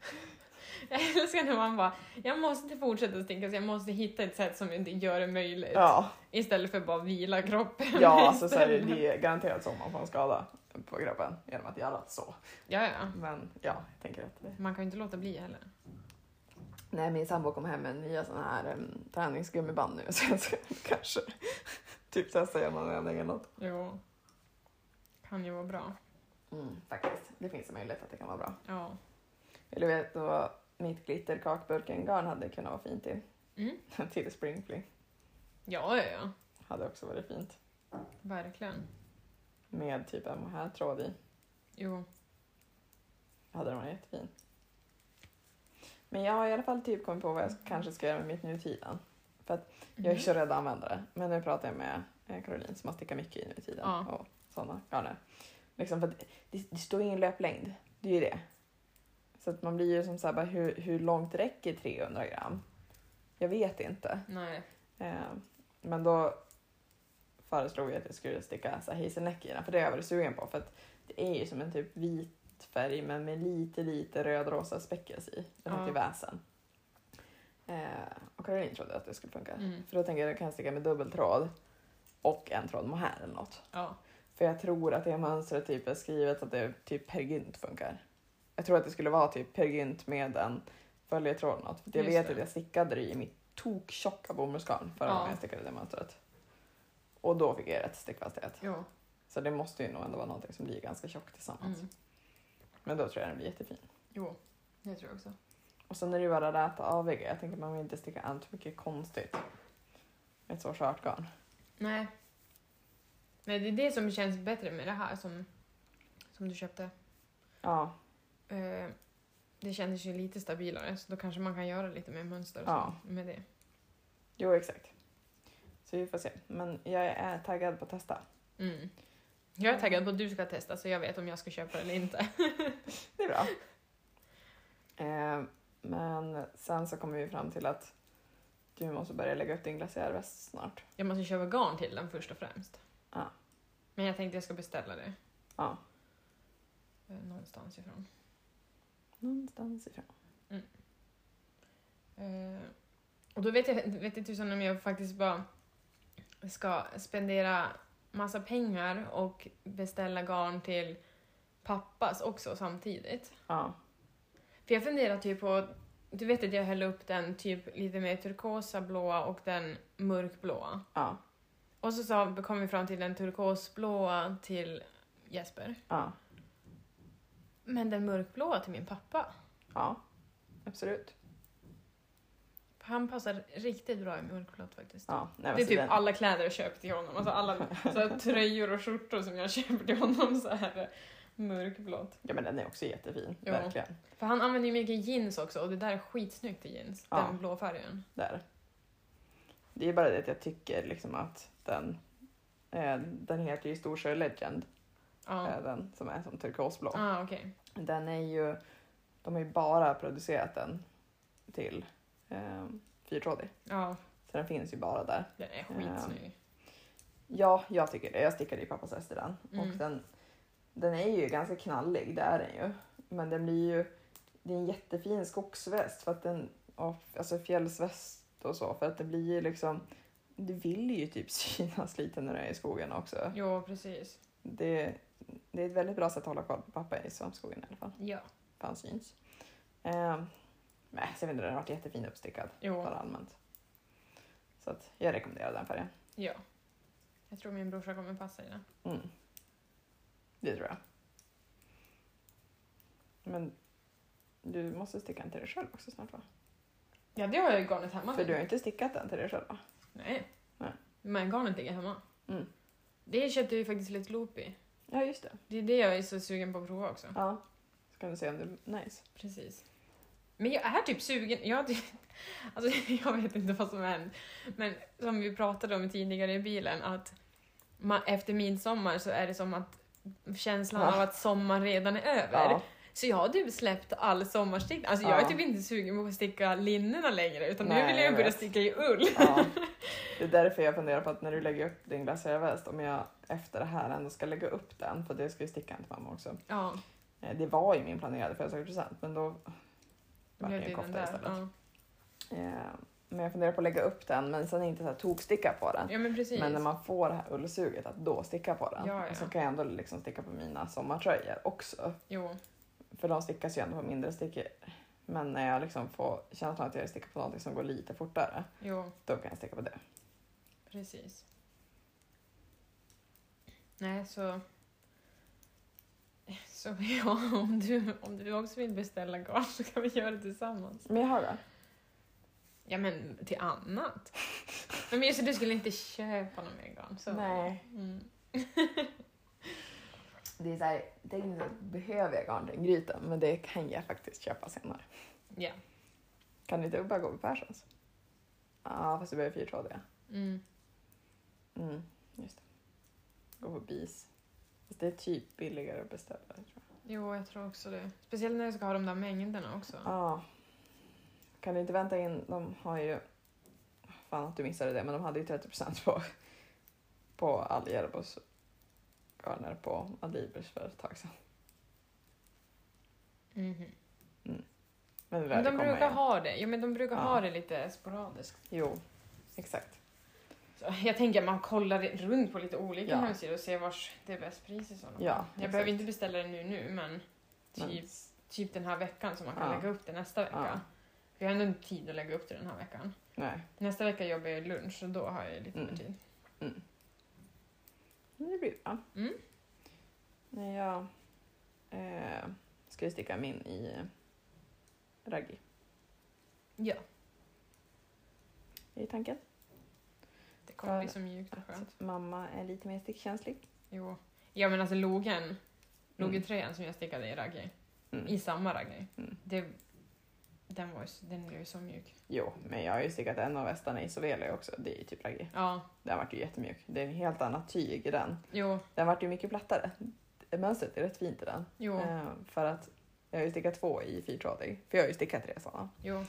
Jag älskar när man bara, jag måste fortsätta sticka så jag måste hitta ett sätt som inte gör det möjligt. Ja. Istället för bara vila kroppen. Ja, alltså så är det är garanterat så man får en skada på kroppen genom att göra så. Ja. Men ja, jag tänker att det... Man kan ju inte låta bli heller. Nej, min sambo kom hem med nya såna här träningsgummiband nu. Så jag ska kanske typ testa göra någon övning eller något. Jo. Kan ju vara bra. Faktiskt. Det finns en möjlighet att det kan vara bra. Ja. Eller vet du mitt glitterkakburken-garn hade kunnat vara fint till? Till springfling. Ja. Hade också varit fint. Verkligen. Med typ en här tråd i. Jo. Hade den varit jättefin. Men jag har i alla fall typ kommit på vad jag kanske ska göra med mitt nutiden. För att jag är så rädd att använda det. Men nu pratar jag med Caroline som har stickat mycket i nutiden. Ja. Och sådana garner. Liksom för att det står ingen löplängd. Det är ju det. Så att man blir ju som såhär, hur långt räcker 300 gram? Jag vet inte. Nej. Men då föreslog jag att jag skulle sticka så här hazelneck i den. För det är jag varit sugen på. För att det är ju som en typ vit färg men med lite röd-rosa späckelse i. Den heter väsen. Och Caroline trodde att det skulle funka. För då tänkte jag att jag kan sticka med dubbeltråd och en tråd mohair eller något. Ja. För jag tror att det mönstret typ är skrivet att det typ pergynt funkar. Jag tror att det skulle vara typ pergynt med en följetråd eller något. För jag vet att jag stickade det i mitt toktjocka bomullsgarn förra gången jag stickade det mönstret. Och då fick jag rätt stickfasthet. Jo. Så det måste ju nog ändå vara någonting som blir ganska tjockt tillsammans. Men då tror jag den blir jättefin. Jo, det tror jag också. Och sen är det ju bara räta aviga. Jag tänker att man vill inte sticka allt mycket konstigt. Ett så skört garn. Nej. Nej, det är det som känns bättre med det här som du köpte. Ja. Det kändes ju lite stabilare så då kanske man kan göra lite mer mönster med det. Jo, exakt. Så vi får se. Men jag är taggad på att testa. Jag är taggad på att du ska testa så jag vet om jag ska köpa det eller inte. Det är bra. Men sen så kommer vi fram till att du måste börja lägga upp din glaciärväst snart. Jag måste köpa garn till den först och främst. Ja. Men jag tänkte jag ska beställa det. Ja. Någonstans ifrån. Och då vet jag tusan om jag faktiskt bara ska spendera massa pengar och beställa garn till pappas också samtidigt. Ja. För jag funderar typ på, du vet att jag häller upp den typ lite mer turkosa blåa och den mörkblåa. Ja. Och så kom vi fram till den turkosblåa till Jesper. Ja. Men den mörkblåa till min pappa. Ja, absolut. Han passar riktigt bra i mörkblått faktiskt. Ja, nej, det är typ alla kläder jag köpt till honom. Alltså alla så här, tröjor och skjortor som jag köper till honom så här mörkblått. Ja, men den är också jättefin, jo. verkligen. För han använder ju mycket jeans också och det där är skitsnyggt i jeans. Ja. Den blå färgen. Där. Det är bara det att jag tycker liksom att den heter ju Storsjö Legend. Den som är som turkosblå. Okay. Den är ju, de har ju bara producerat den till fyrtrådig. Ja. Så den finns ju bara där. Den är skitsnygg. Ja, jag tycker det. Jag stickade i pappas väst i den. Och den är ju ganska knallig, det är den ju. Men den blir ju det är en jättefin skogsväst. För att alltså fjällsväst och så. För att det blir ju liksom... Du vill ju typ synas lite när du är i skogen också. Jo, precis. Det är ett väldigt bra sätt att hålla koll på pappa i skogen i alla fall. Ja. För han syns. Nej, så jag vet inte, den har varit jättefin uppstickad. Jo. Bara allmänt. Så att jag rekommenderar den färgen. Ja. Jag tror min brorsa kommer passa i den. Mm. Det tror jag. Men du måste sticka den till dig själv också snart, va? Ja, det har jag ju garnet hemma. För du har inte stickat den till dig själv, va? Nej. Men garnet ligger hemma. Mm. Det köpte vi faktiskt lite loopy. Ja, just det. Det är det jag är så sugen på att prova också. Ja. Så kan du se om det är nice. Precis. Men jag är typ sugen. Alltså, jag vet inte vad som har hänt. Men som vi pratade om tidigare i bilen, att efter midsommar så är det som att känslan av att sommar redan är över. Ja. Så jag har typ släppt all sommarstickning. Alltså jag är typ inte sugen på att sticka linnena längre, utan nu vill jag börja sticka i ull. Ja. Det är därför jag funderar på att när du lägger upp din glaciärväst, om jag efter det här ändå ska lägga upp den, för det ska ju sticka till mamma också. Ja. Det var ju min planerade födelsedagspresent, men då var det en kofta istället. Ja. Men jag funderar på att lägga upp den, men sen inte så här toksticka på den. Ja, men precis. Men när man får det här ullsuget, att då sticka på den. Ja. Och så kan jag ändå liksom sticka på mina sommartröjor också. Jo. För de stickas ju ändå på mindre stickor. Men när jag liksom får känslan att jag stickar på något som går lite fortare. Jo. Då kan jag sticka på det. Precis. Nej, så ja, om du också vill beställa garn så kan vi göra det tillsammans. Men jag har det. Ja, men till annat. Men just du skulle inte köpa någon mer garn. Så. Nej. Mm. Det är så här, tekniskt sett behöver jag garn till en gryta, men det kan jag faktiskt köpa senare. Ja. Yeah. Kan du inte bara gå på Perssons? Ja, fast det behöver 4-trådiga. Just det. Gå på BIS. Fast det är typ billigare att beställa, tror jag. Jo, jag tror också det. Speciellt när du ska ha de där mängderna också. Ja. Kan du inte vänta in, de har ju... Fan att du missade det, men de hade ju 30% på all Järbos garner på Adlibers för ett tag sedan. Men de brukar ha det. Ja, men de brukar ha det lite sporadiskt. Jo, exakt. Så jag tänker att man kollar runt på lite olika hemsidor och ser vars det är bäst pris i sådana. Ja, jag behöver inte beställa det nu, men typ den här veckan så man kan lägga upp det nästa vecka. Ja. Vi har ändå inte tid att lägga upp det den här veckan. Nej. Nästa vecka jobbar jag lunch så då har jag lite mer tid. Det blir bra. När jag ska sticka min i raggi. Ja. Det är tanken. Det kommer bli så mjukt och skönt. Mamma är lite mer stickkänslig. Jo. Ja, men alltså logetröjan som jag stickade i raggi. I samma raggi. Den är ju så mjuk. Jo, men jag har ju stickat en av västarna i Sovelia också. Det är ju typ raggi. Ja. Den vart ju jättemjuk. Det är en helt annat tyg i den. Jo. Den vart ju mycket plattare. Mönstret är rätt fint i den. Jo. För att jag har ju stickat 2 i 4-trådig. För jag har ju stickat 3 sådana. Jo.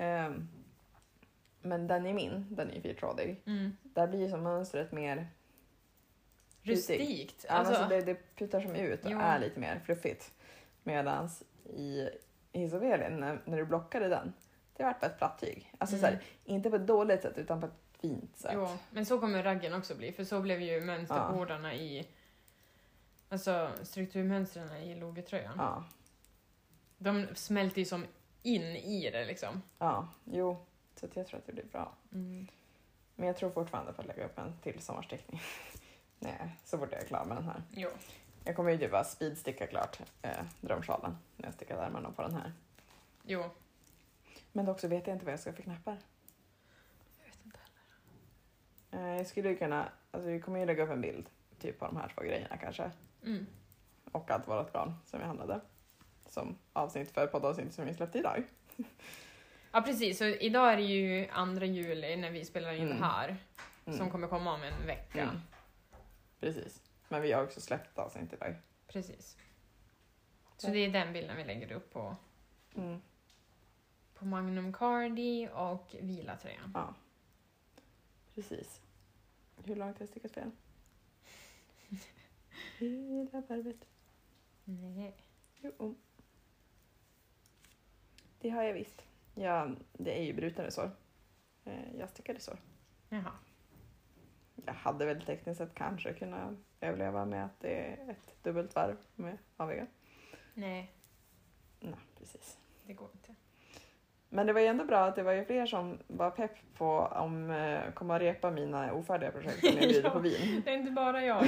Men den är ju 4-trådig. Där blir som mönstret mer rustikt. Alltså det putar som ut och är lite mer fluffigt. Medans i Sovelien, när du blockade den, det vart på ett platt tyg. Alltså så här, inte på ett dåligt sätt utan på ett fint sätt. Jo, men så kommer raggen också bli. För så blev ju mönsterbordarna i... Alltså strukturmönstren i logetröjan. Ja. De smälter ju som in i det liksom. Ja, jo. Så jag tror att det blir bra. Men jag tror fortfarande på att lägga upp en till sommarstickning. Nej, så fort jag är klar med den här. Jo. Jag kommer ju typ bara speedsticka klart drömsjalen när jag stickar ärmarna på den här. Jo. Men också vet jag inte vad jag ska för knappar. Jag vet inte heller. Jag skulle ju kunna, alltså vi kommer ju lägga upp en bild typ på de här 2 grejerna kanske. Och allt vårat garn som vi handlade. Som avsnitt för poddavsnitt som vi släppte idag. Ja, precis. Så idag är det ju 2 juli när vi spelar in det här. Som kommer komma om en vecka. Precis. Men vi har också släppt avsnitt idag. Precis. Så det är den bilden vi lägger upp på Magnum Cardi och vilatröjan. Ja. Precis. Hur långt har jag stickat för den? Hela varvet. Nej. Jo. det har jag visst. Ja, det är ju bruten resår. Jag stickade resår. Jaha. Jag hade väl tekniskt sett kanske kunnat överleva med att det är ett dubbelt varv med avvägar. Nej, precis. det går inte. Men det var ju ändå bra att det var ju fler som var pepp på om komma att repa mina ofärdiga projekt som jag bjuder på vin. Det är inte bara jag.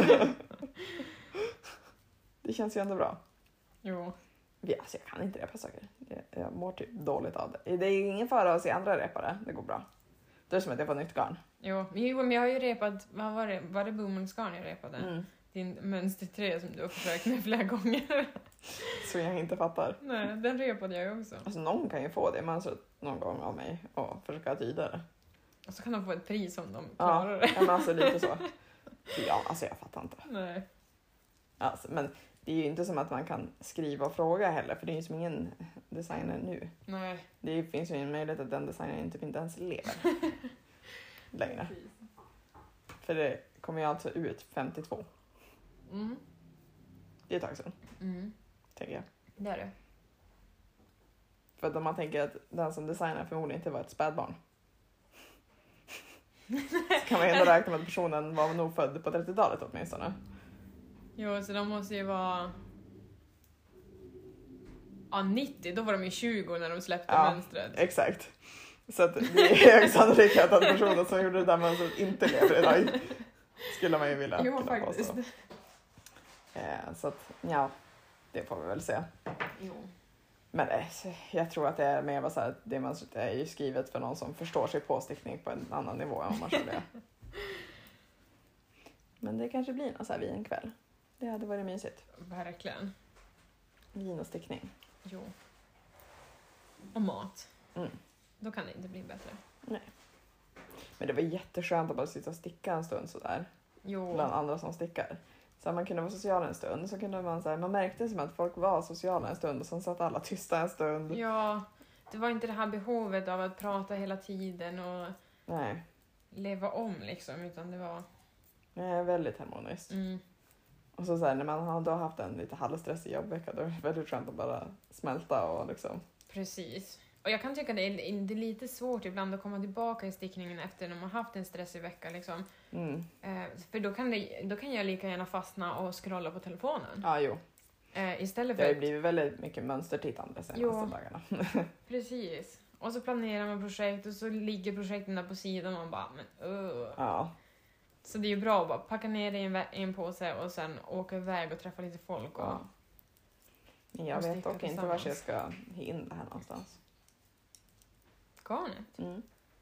Det känns ju ändå bra. Jo. Ja, alltså jag kan inte repa saker. Jag mår typ dåligt av det. Det är ingen fara att se andra repare. Det går bra. Det är som att jag får nytt garn. Jo, men jag har ju repat, vad var det? Var det bomullsgarn jag repade? Din mönstertröja som du har försökt med flera gånger. Så jag inte fattar. Nej, den repade jag också. Alltså någon kan ju få det mönstret någon gång av mig och försöka tyda det. Och så kan de få ett pris om de klarar det. Ja, men alltså lite så. Ja, alltså jag fattar inte. Nej. Alltså, men det är ju inte som att man kan skriva och fråga heller, för det är ju som ingen designer nu. Nej. Det finns ju en möjlighet att den designern typ inte ens lever längre. För det kommer ju alltså ut 52. Det är ett tag sedan. Tänker jag. Det är det. För att om man tänker att den som designar förmodligen inte var ett spädbarn. Så kan man ju ändå räkna med att personen var nog född på 30-talet åtminstone. Jo, så de måste ju vara... Ja, 90, då var de ju 20 när de släppte mönstret. Exakt. Så att det är hög sannolikhet att personen som gjorde det där mönstret inte lever idag. Skulle man ju vilja. Jo, faktiskt. Så att, ja, det får vi väl se. Jo. Men jag tror att det är mer så här att det mönstret är ju skrivet för någon som förstår sig på stickning på en annan nivå än man kör det. Men det kanske blir något så här vid en kväll. Det hade varit mysigt. Verkligen. Vin och stickning. Jo. Och mat. Då kan det inte bli bättre. Nej. Men det var jätteskönt att bara sitta och sticka en stund sådär. Jo. Bland andra som stickar. Så man kunde vara social en stund. Så kunde man säga, man märkte som att folk var sociala en stund. Och sen satt alla tysta en stund. Ja, det var inte det här behovet av att prata hela tiden och leva om liksom. Utan det var... väldigt harmoniskt. Och så här, när man har då haft en lite halvstressig jobbvecka, då är det väldigt skönt att bara smälta och liksom... Precis. Och jag kan tycka att det är lite svårt ibland att komma tillbaka i stickningen efter när man har haft en stressig vecka liksom. För då kan jag lika gärna fastna och scrolla på telefonen. Ja, jo. Istället för det har blivit väldigt mycket mönstertittande senaste dagarna. Precis. Och så planerar man projekt och så ligger projekten där på sidan och man bara, Ja. Så det är ju bra att bara packa ner det i en påse och sen åka iväg och träffa lite folk. Och, Men jag vet dock inte var jag ska in det här någonstans. Garnet?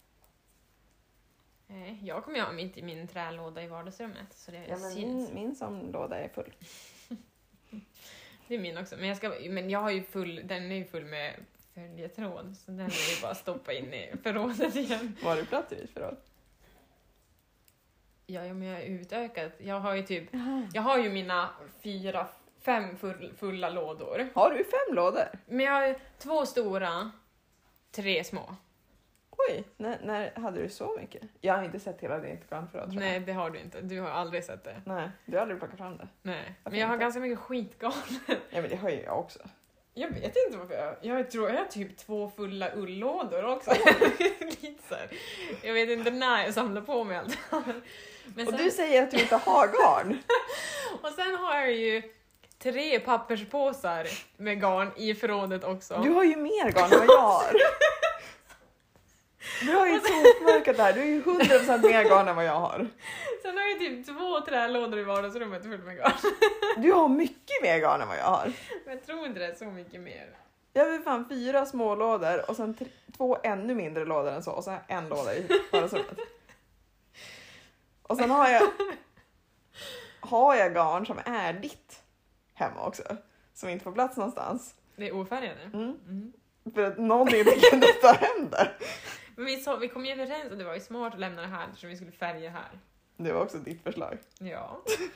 Nej, jag kommer ju ha mitt i min trälåda i vardagsrummet. Så det syns. Min som låda är full. Det är min också. Men jag har ju den är ju full med följetråd. Så den är ju bara stoppa in i förrådet igen. Var du plats i ditt förråd? Ja, men jag har utökat. Jag har ju mina 4-5 fulla lådor. Har du 5 lådor? Men jag har 2 stora, 3 små. Oj, när hade du så mycket? Jag har inte sett hela ditt garnförråd. Nej, det har du inte. Du har aldrig sett det. Nej, du har aldrig plockat fram det. Nej, men jag har ganska mycket skitgarn. Ja, men det har ju jag också. Jag vet inte varför jag tror jag har typ 2 fulla ullådor också. Lite så här. Jag vet inte när jag samlar på mig allt. Men och du säger att du inte har garn. Och sen har jag ju 3 papperspåsar med garn i förrådet också. Du har ju mer garn än vad jag har. Du har ju tokmörkat där. Du har ju 100% mer garn än vad jag har. Sen har jag typ 2 trälådor i vardagsrummet fullt med garn. Du har mycket mer garn än vad jag har. Men jag tror inte det är så mycket mer. Jag har fan 4 små lådor och sen 2 ännu mindre lådor än så. Och sen en låda i vardagsrummet. Och sen har jag garn som är ditt hemma också. Som inte får plats någonstans. Det är ofärgade? För att någon inte kunde ta hem det. Men vi kom ju överens att det var ju smart att lämna det här eftersom vi skulle färga här. Det var också ditt förslag. Ja.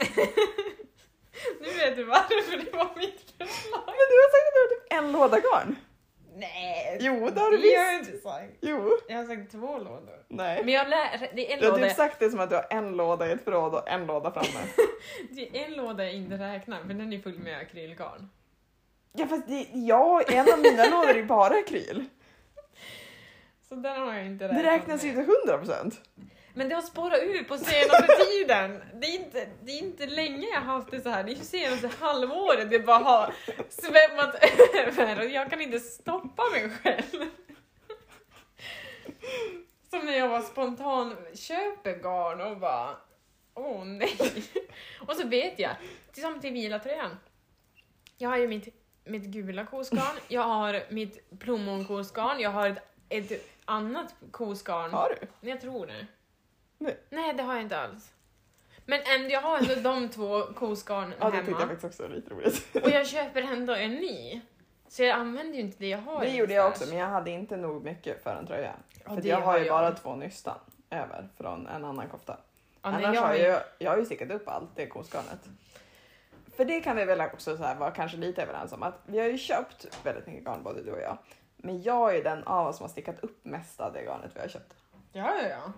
Nu vet du varför det var mitt förslag. Men du har sagt att du har typ en låda garn. Nej. Jo, det har du visst. Jag har inte sagt. Jo. Jag har sagt 2 lådor. Nej. Men det är en du har låda. typ sagt det som att du har en låda i ett förråd och en låda framme. Det är en låda jag inte räknar, för den är full med akrylgarn. Ja, fast en av mina lådor är bara akryl. Så den har jag inte räknat. Det räknas ju till 100%. Men det har spårat ur på senaste tiden. Det är inte länge jag har haft det så här. Det är ju senaste halvåret det bara har svämmat över. Och jag kan inte stoppa mig själv. Som när jag var spontan köper garn och bara... Åh nej. Och så vet jag, tillsammans till vilatröjan. Jag har ju mitt gula kosgarn. Jag har mitt plommonkosgarn. Jag har ett annat kosgarn. Har du? Jag tror det. Nej, det har jag inte alls. Men ändå, jag har ändå de 2 kosgarn hemma. Ja, det tyckte jag faktiskt också lite roligt. Och jag köper ändå en ny. Så jag använder ju inte det jag har. Det gjorde jag också, men jag hade inte nog mycket för en tröja. För jag har ju bara 2 nystan över från en annan kofta. Ja, annars jag har ju stickat upp allt det kosgarnet. För det kan vi väl också så här vara kanske lite överens om. Att vi har ju köpt väldigt mycket garn, både du och jag. Men jag är den av oss som har stickat upp mest av det garnet vi har köpt. Ja.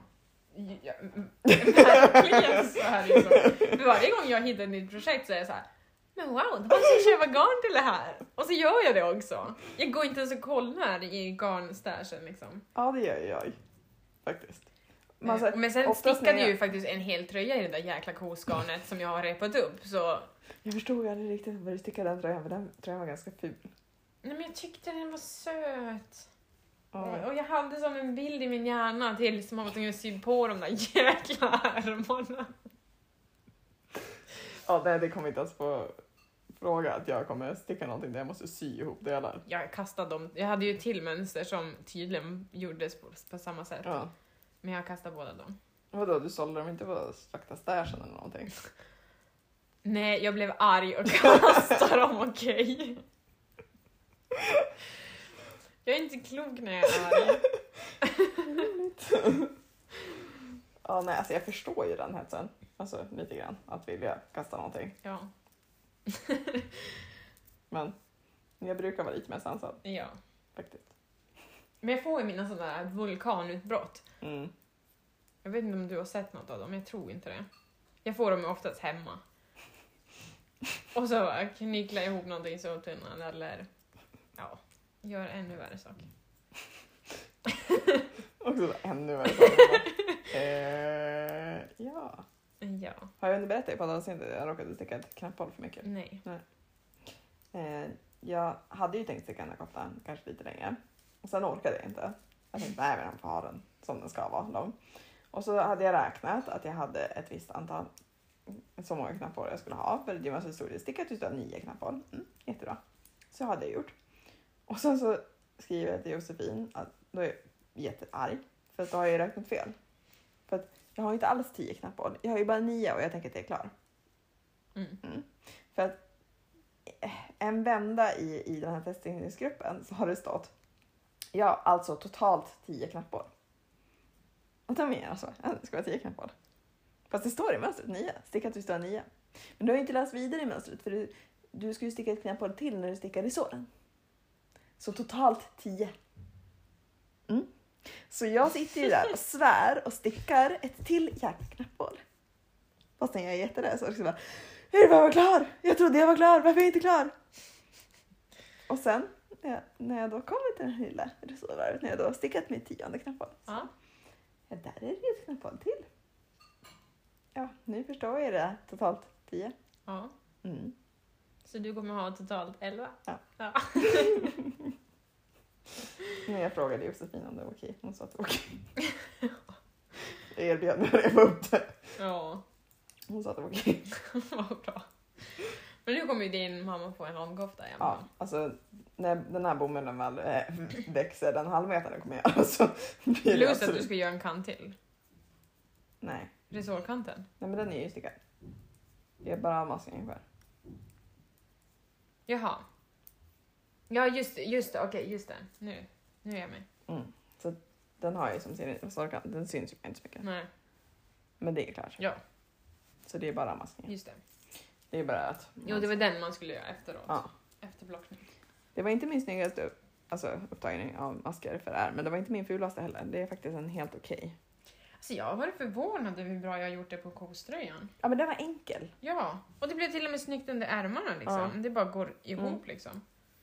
Verkligen så här liksom. För varje gång jag hittar ett nytt projekt så är jag så här: men wow, då måste jag köpa garn till det här. Och så gör jag det också. Jag går inte ens och kollar i garnstashen liksom. Ja, det gör jag faktiskt. Men sen stickade jag ju faktiskt en hel tröja i det där jäkla kosgarnet som jag har repat upp. Så... Jag förstod aldrig riktigt vad du stickade den tröjan, för den tröjan var ganska ful. Nej, men jag tyckte den var söt. Och jag hade som en bild i min hjärna tills man var tvungen att sy på de där jäkla ärmarna. Ja, det kommer inte ens på fråga att jag kommer sticka någonting där jag måste sy ihop delar. Jag kastade dem. Jag hade ju till mönster som tydligen gjordes på samma sätt. Ja. Men jag kastade båda dem. Vadå, du sålde dem inte på Slakta Stashen eller någonting? Nej, jag blev arg och kastade dem, okej. Jag är inte klok när jag är arg. Ja, nej, alltså jag förstår ju den hetsen. Alltså lite grann, att vilja kasta någonting. Ja. Men jag brukar vara lite mer sansad. Ja. Faktiskt. Men jag får ju mina sådana här vulkanutbrott. Mm. Jag vet inte om du har sett något av dem, jag tror inte det. Jag får dem oftast hemma. Och så knycklar jag ihop någonting i soptunnan eller gör ännu värre saker. Också ännu värre saker. Ja. Har jag inte berättat på att jag råkade sticka ett knapphål för mycket? Nej. Jag hade ju tänkt sticka den här koftan kanske lite längre. Och sen orkade jag inte. Jag tänkte, nej, men jag får ha den som den ska vara lång. Och så hade jag räknat att jag hade ett visst antal, så många knapphål jag skulle ha. För det var så stort. Jag stickade just 9 knapphål. Jättebra. Så hade jag gjort. Och sen så skriver jag till Josefin att då är jag jättearg. För att då har jag räknat fel. För att jag har inte alls 10 knapphål. Jag har ju bara 9 och jag tänker att det är klar. För att en vända i den här testningsgruppen så har det stått alltså totalt 10 knapphål. Och de menar så. Det ska vara 10 knapphål. Fast det står i mönstret 9. Sticka att du står 9. Men du har ju inte läst vidare i mönstret. För du ska ju sticka ett knapphål till när du stickar i såren. Så totalt 10. Så jag sitter ju där och svär och stickar ett till jäkla knapphål. Fast jag är jätterädd så jag ska bara, hur var jag klar? Jag trodde jag var klar, varför är jag inte klar? Och sen när jag då kommer till den lilla resårvaret, när jag då har stickat mitt 10:e knapphål. Där är det ju ett knapphål till. Ja, nu förstår jag det. Totalt 10. Ja. Så du kommer ha totalt 11? Ja. Men jag frågade Josefin om det var okej. Hon sa att det var okej. Jag erbjöd mig att reva upp det. Ja. Hon sa att det var okej. Vad bra. Men nu kommer ju din mamma få en långkofta igen. Ja, alltså när den här bomullen väl växer den halvmetern kommer jag alltså. Plus att du ska göra en kant till. Nej. Resårkanten? Nej, men den är ju stickad. Det är bara maskningen kvar. Jaha. Ja, just det. Okej, just det. Nu är jag med. Så den har ju som sin resårkant. Den syns ju inte så mycket. Nej. Men det är klart. Ja. Så det är bara maskningen. Just det. Det är bara att... Jo, det var den man skulle göra efteråt. Ja. Efter blockning. Det var inte min snyggaste upptagning av masker för det här. Men det var inte min fulaste heller. Det är faktiskt en helt okej. Alltså jag har varit förvånad över hur bra jag har gjort det på koströjan. Ja, men den var enkel. Ja, och det blev till och med snyggt under ärmarna liksom. Ja. Det bara går ihop liksom.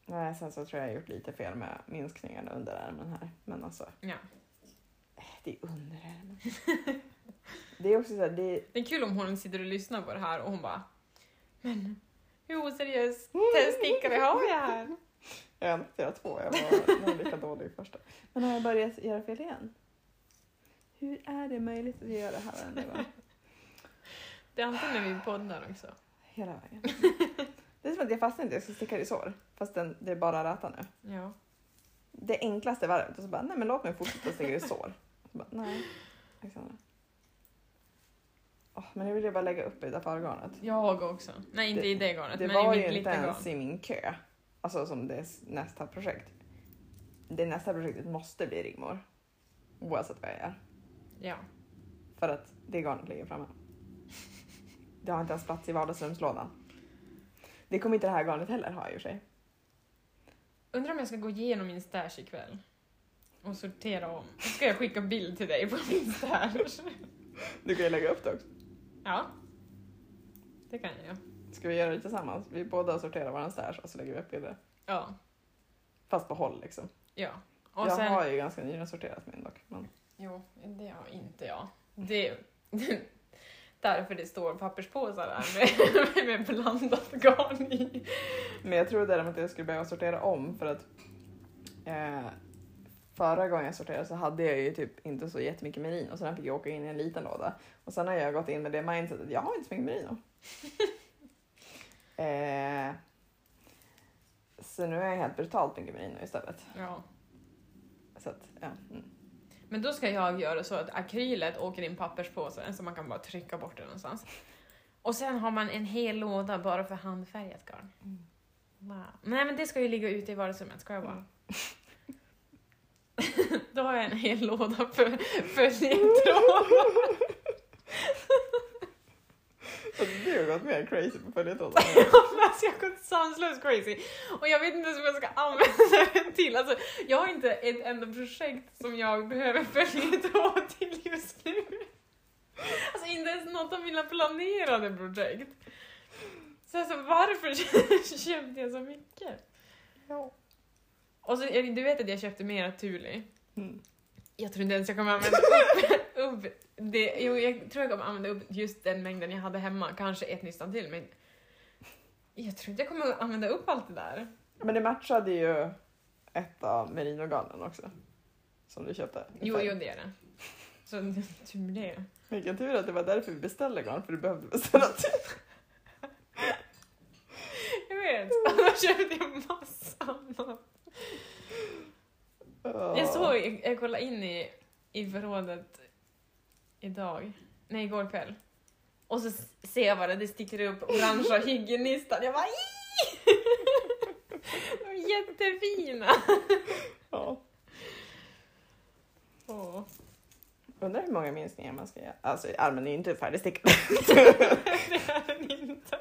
Nej, sen så tror jag gjort lite fel med minskningarna under ärmen här. Men alltså. Ja. Det är under ärmen. Det är också så här, det är kul om hon sitter och lyssnar på det här och hon bara, men hur oseriös stickare har jag här? Jag har inte göra 2, jag var lika dålig första. Men har jag börjat göra fel igen? Hur är det möjligt att göra det här nu? Det är alltid när vi poddar också. Hela vägen. Det är som att jag fastnar inte, jag ska sticka i sår. Fast det är bara räta nu. Ja. Det enklaste varvet. Och så bara, nej men låt mig fortsätta sticka i sår. Så bara, nej. Alexandra. Men jag ville bara lägga upp i det där fargarnet. Jag också. Nej, inte i det garnet. Det men var i ju mitt inte ens i min kö. Alltså som det är nästa projekt. Det nästa projektet måste bli Rigmor. Oavsett vad jag gör. Ja. För att det garnet ligger framme. Det har inte ens plats i vardagsrumslådan. Det kommer inte det här garnet heller ha i sig. Undrar om jag ska gå igenom min stash ikväll. Och sortera om. Ska jag skicka bild till dig på min stash? Du kan ju lägga upp det också. Ja. Det kan jag. Ska vi göra det tillsammans? Vi båda sorterar våran stash och så lägger vi upp bilder. Ja. Fast på håll liksom. Ja. Och jag har ju ganska nyligen sorterat min dock. Men... Jo, det har inte jag. Det därför det står papperspåsar där med blandat garn i. Men jag tror däremot att jag skulle behöva sortera om för att förra gången jag sorterade så hade jag ju typ inte så jättemycket merino. Så den fick jag åka in i en liten låda. Och sen har jag gått in med det mindsetet. Jag har inte så mycket merino. Så nu är jag helt brutalt mycket merino istället. Ja. Så att, ja. Mm. Men då ska jag göra så att akrylet åker in papperspåsen så man kan bara trycka bort det någonstans. Och sen har man en hel låda bara för handfärgat garn. Mm. Wow. Nej, men det ska ju ligga ute i vardagsrummet, ska jag bara. Mm. Då har jag en hel låda för ledtrådar. Du har gått mer crazy på följetrådar. Alltså jag har gått sanslöst crazy. Och jag vet inte ens vad jag ska använda den till. Alltså, jag har inte ett enda projekt som jag behöver följetråd till just nu. Alltså inte ens något av mina planerade projekt. Så alltså, varför köpte jag så mycket? Ja. Och så, du vet att jag köpte mera Tuli. Mm. Jag tror inte ens jag kommer använda upp det. Jo, jag tror jag kommer använda upp just den mängden jag hade hemma. Kanske ett nystan till, men jag tror inte jag kommer använda upp allt det där. Men det matchade ju ett av merinogarnen också. Som du köpte. Jo, det är det. Så tur det. Vilken tur att det var därför vi beställde garn, för du behövde beställa till. Jag vet, annars köpte jag massa annat. Jag kollade in i förrådet igår kväll. Och så ser jag bara det sticker upp orangea hygienistan. Jag bara de är jättefina. Ja. Åh. Undrar hur många minskningar man ska göra. Alltså armen är ju inte färdigstickad. Det är den inte.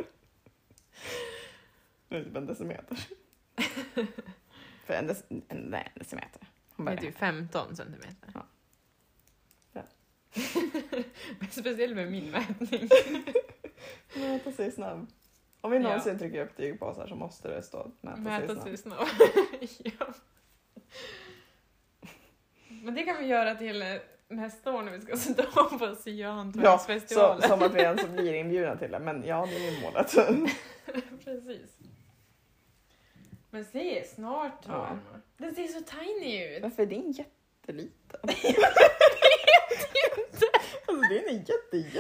Det är typ en decimeter. För en decimeter. Det är typ 15 centimeter. Ja. Ja. Speciellt med min mätning. Mäta sig snabb. Om vi någonsin trycker upp tygpåsar så måste det stå mäta sig snabb. Ja. Men det kan vi göra till nästa år när vi ska stå på syhantverksfestivalen. Ja, som att vi ens blir inbjudna till det. Men ja, det är ju målet. Precis. Men se, snart. Ja. Den ser så tiny ut. Varför är din jätteliten? Jag vet inte. Alltså den är jätte.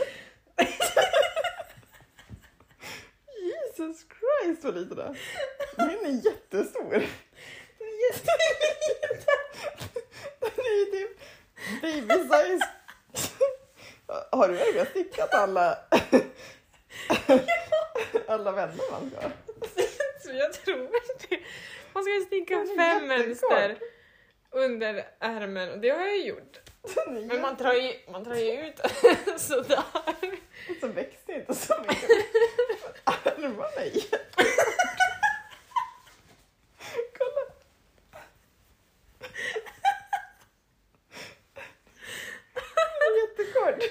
Jesus Christ vad lite det. Den är jättestor. Den är jätteliten. Den är ju typ baby size. Har du verkligen stickat alla vänner man ska? Så jag tror det. Man ska sticka 5 mönster under ärmen och det har jag gjort. Men man drar ju ut sådär. Och så växer inte så mycket. Armarna är kolla. Jättekort.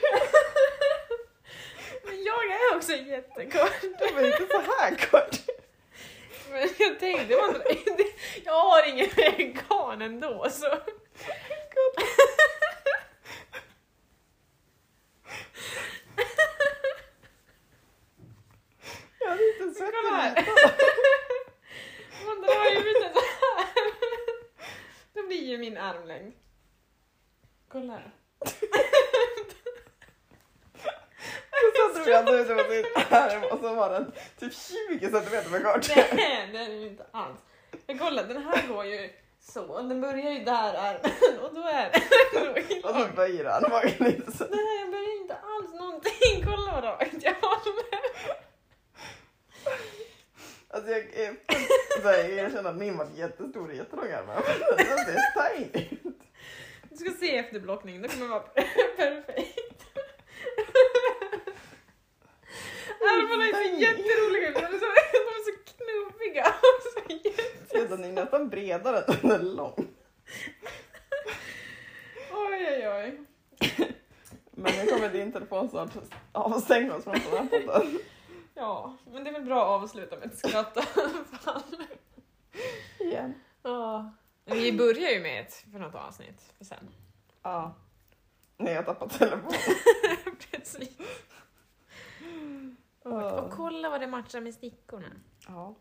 Men jag är också jättekort. Det var inte så här kort. Men jag tänkte, jag har ingen vegan ändå så... Jag hade inte sett det. Man drar ju lite så här. Då blir ju min armlängd. Kolla här. Så tror jag att det var din arm och så var den typ 20 centimeter för kort. Nej, det är ju inte alls. Men kolla, den här går ju så. Den börjar ju där armen och då är den. Och så böjer armmagen lite så. Nej, jag börjar inte alls någonting. Kolla vad rakt jag håller. Alltså jag känner att min var jättestor och jättelång armar. Det är tiny. Du ska se efter blockningen, det kommer vara perfekt. Armarna är så jätteroliga, de är så knubbiga. Den är nästan bredare än den är lång. Oj. Men nu kommer din telefon snart avstänga oss från den här podden. Ja, men det är väl bra att avsluta med ett skratt i alla fall. Igen. Ja. Vi börjar ju med ett för något avsnitt för sen. Ja. Nej, jag tappade telefonen. Precis. Och kolla vad det matchar med stickorna. Ja.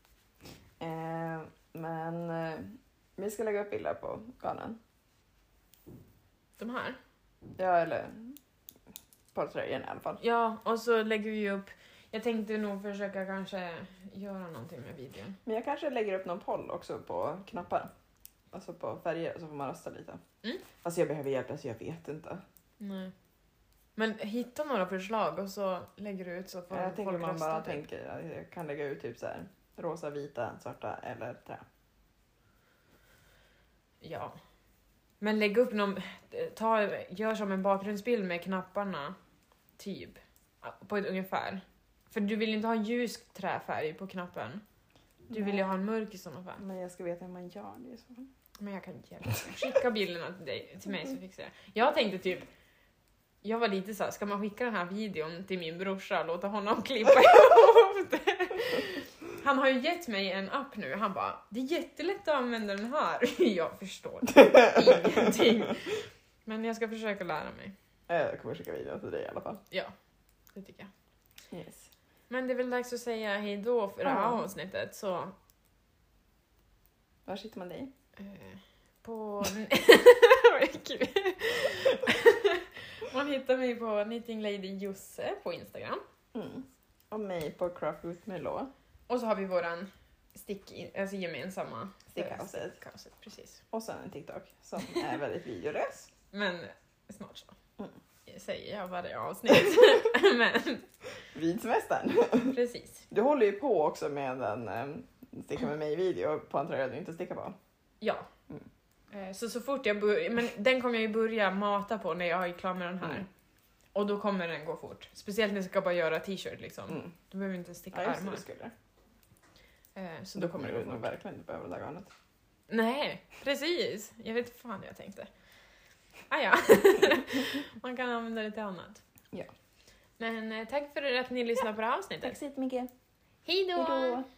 Men vi ska lägga upp bilder på garnen. De här? Ja, eller på tröjan i alla fall. Ja, och så lägger vi upp. Jag tänkte nog försöka kanske göra någonting med videon. Men jag kanske lägger upp någon poll också på knappar. Alltså på färger, så får man rösta lite. Alltså jag behöver hjälp, alltså jag vet inte. Nej. Men hitta några förslag och så lägger du ut så får jag tänker folk man bara rösta. tänker att jag kan lägga ut typ så här rosa, vita, svarta eller trä. Ja. Men lägg upp någon, gör som en bakgrundsbild med knapparna typ på ett ungefär. För du vill inte ha en ljus träfärg på knappen. Du vill ju ha en mörk i sådana fall. Men jag ska veta hur man gör det i så fall. Men jag kan inte hjälpa dig. Skicka bilderna till mig så fixar jag. Jag tänkte typ, jag var lite så här, ska man skicka den här videon till min brorsa och låta honom klippa ihop det? Han har ju gett mig en app nu. Han bara, det är jättelätt att använda den här. Jag förstår ingenting. Men jag ska försöka lära mig. Jag kommer skicka videon till dig i alla fall. Ja, det tycker jag. Yes. Men det är väl dags att säga hej då för det här avsnittet. Så... Var sitter man dig? På... Man hittar mig på Knitting Lady Josse på Instagram. Och mig på Craft with Melo. Och så har vi våran gemensamma Stickhuset. Precis. Och sen en TikTok som är väldigt videolös. Men snart så. Säger jag varje avsnitt. Men... Vid semestern. Precis. Du håller ju på också med en sticka med mig-video på en tröja du inte stickar på. Ja. Så fort jag börjar... Men den kommer jag ju börja mata på när jag är klar med den här. Och då kommer den gå fort. Speciellt när jag ska bara göra t-shirt liksom. Då behöver vi inte sticka armar. Så då kommer du nog verkligen inte behöva det där garnet. Nej, precis. Jag vet inte fan jag tänkte. Ja. Man kan använda det till annat. Ja. Men tack för att ni lyssnade på det här avsnittet. Tack så mycket. Hej då!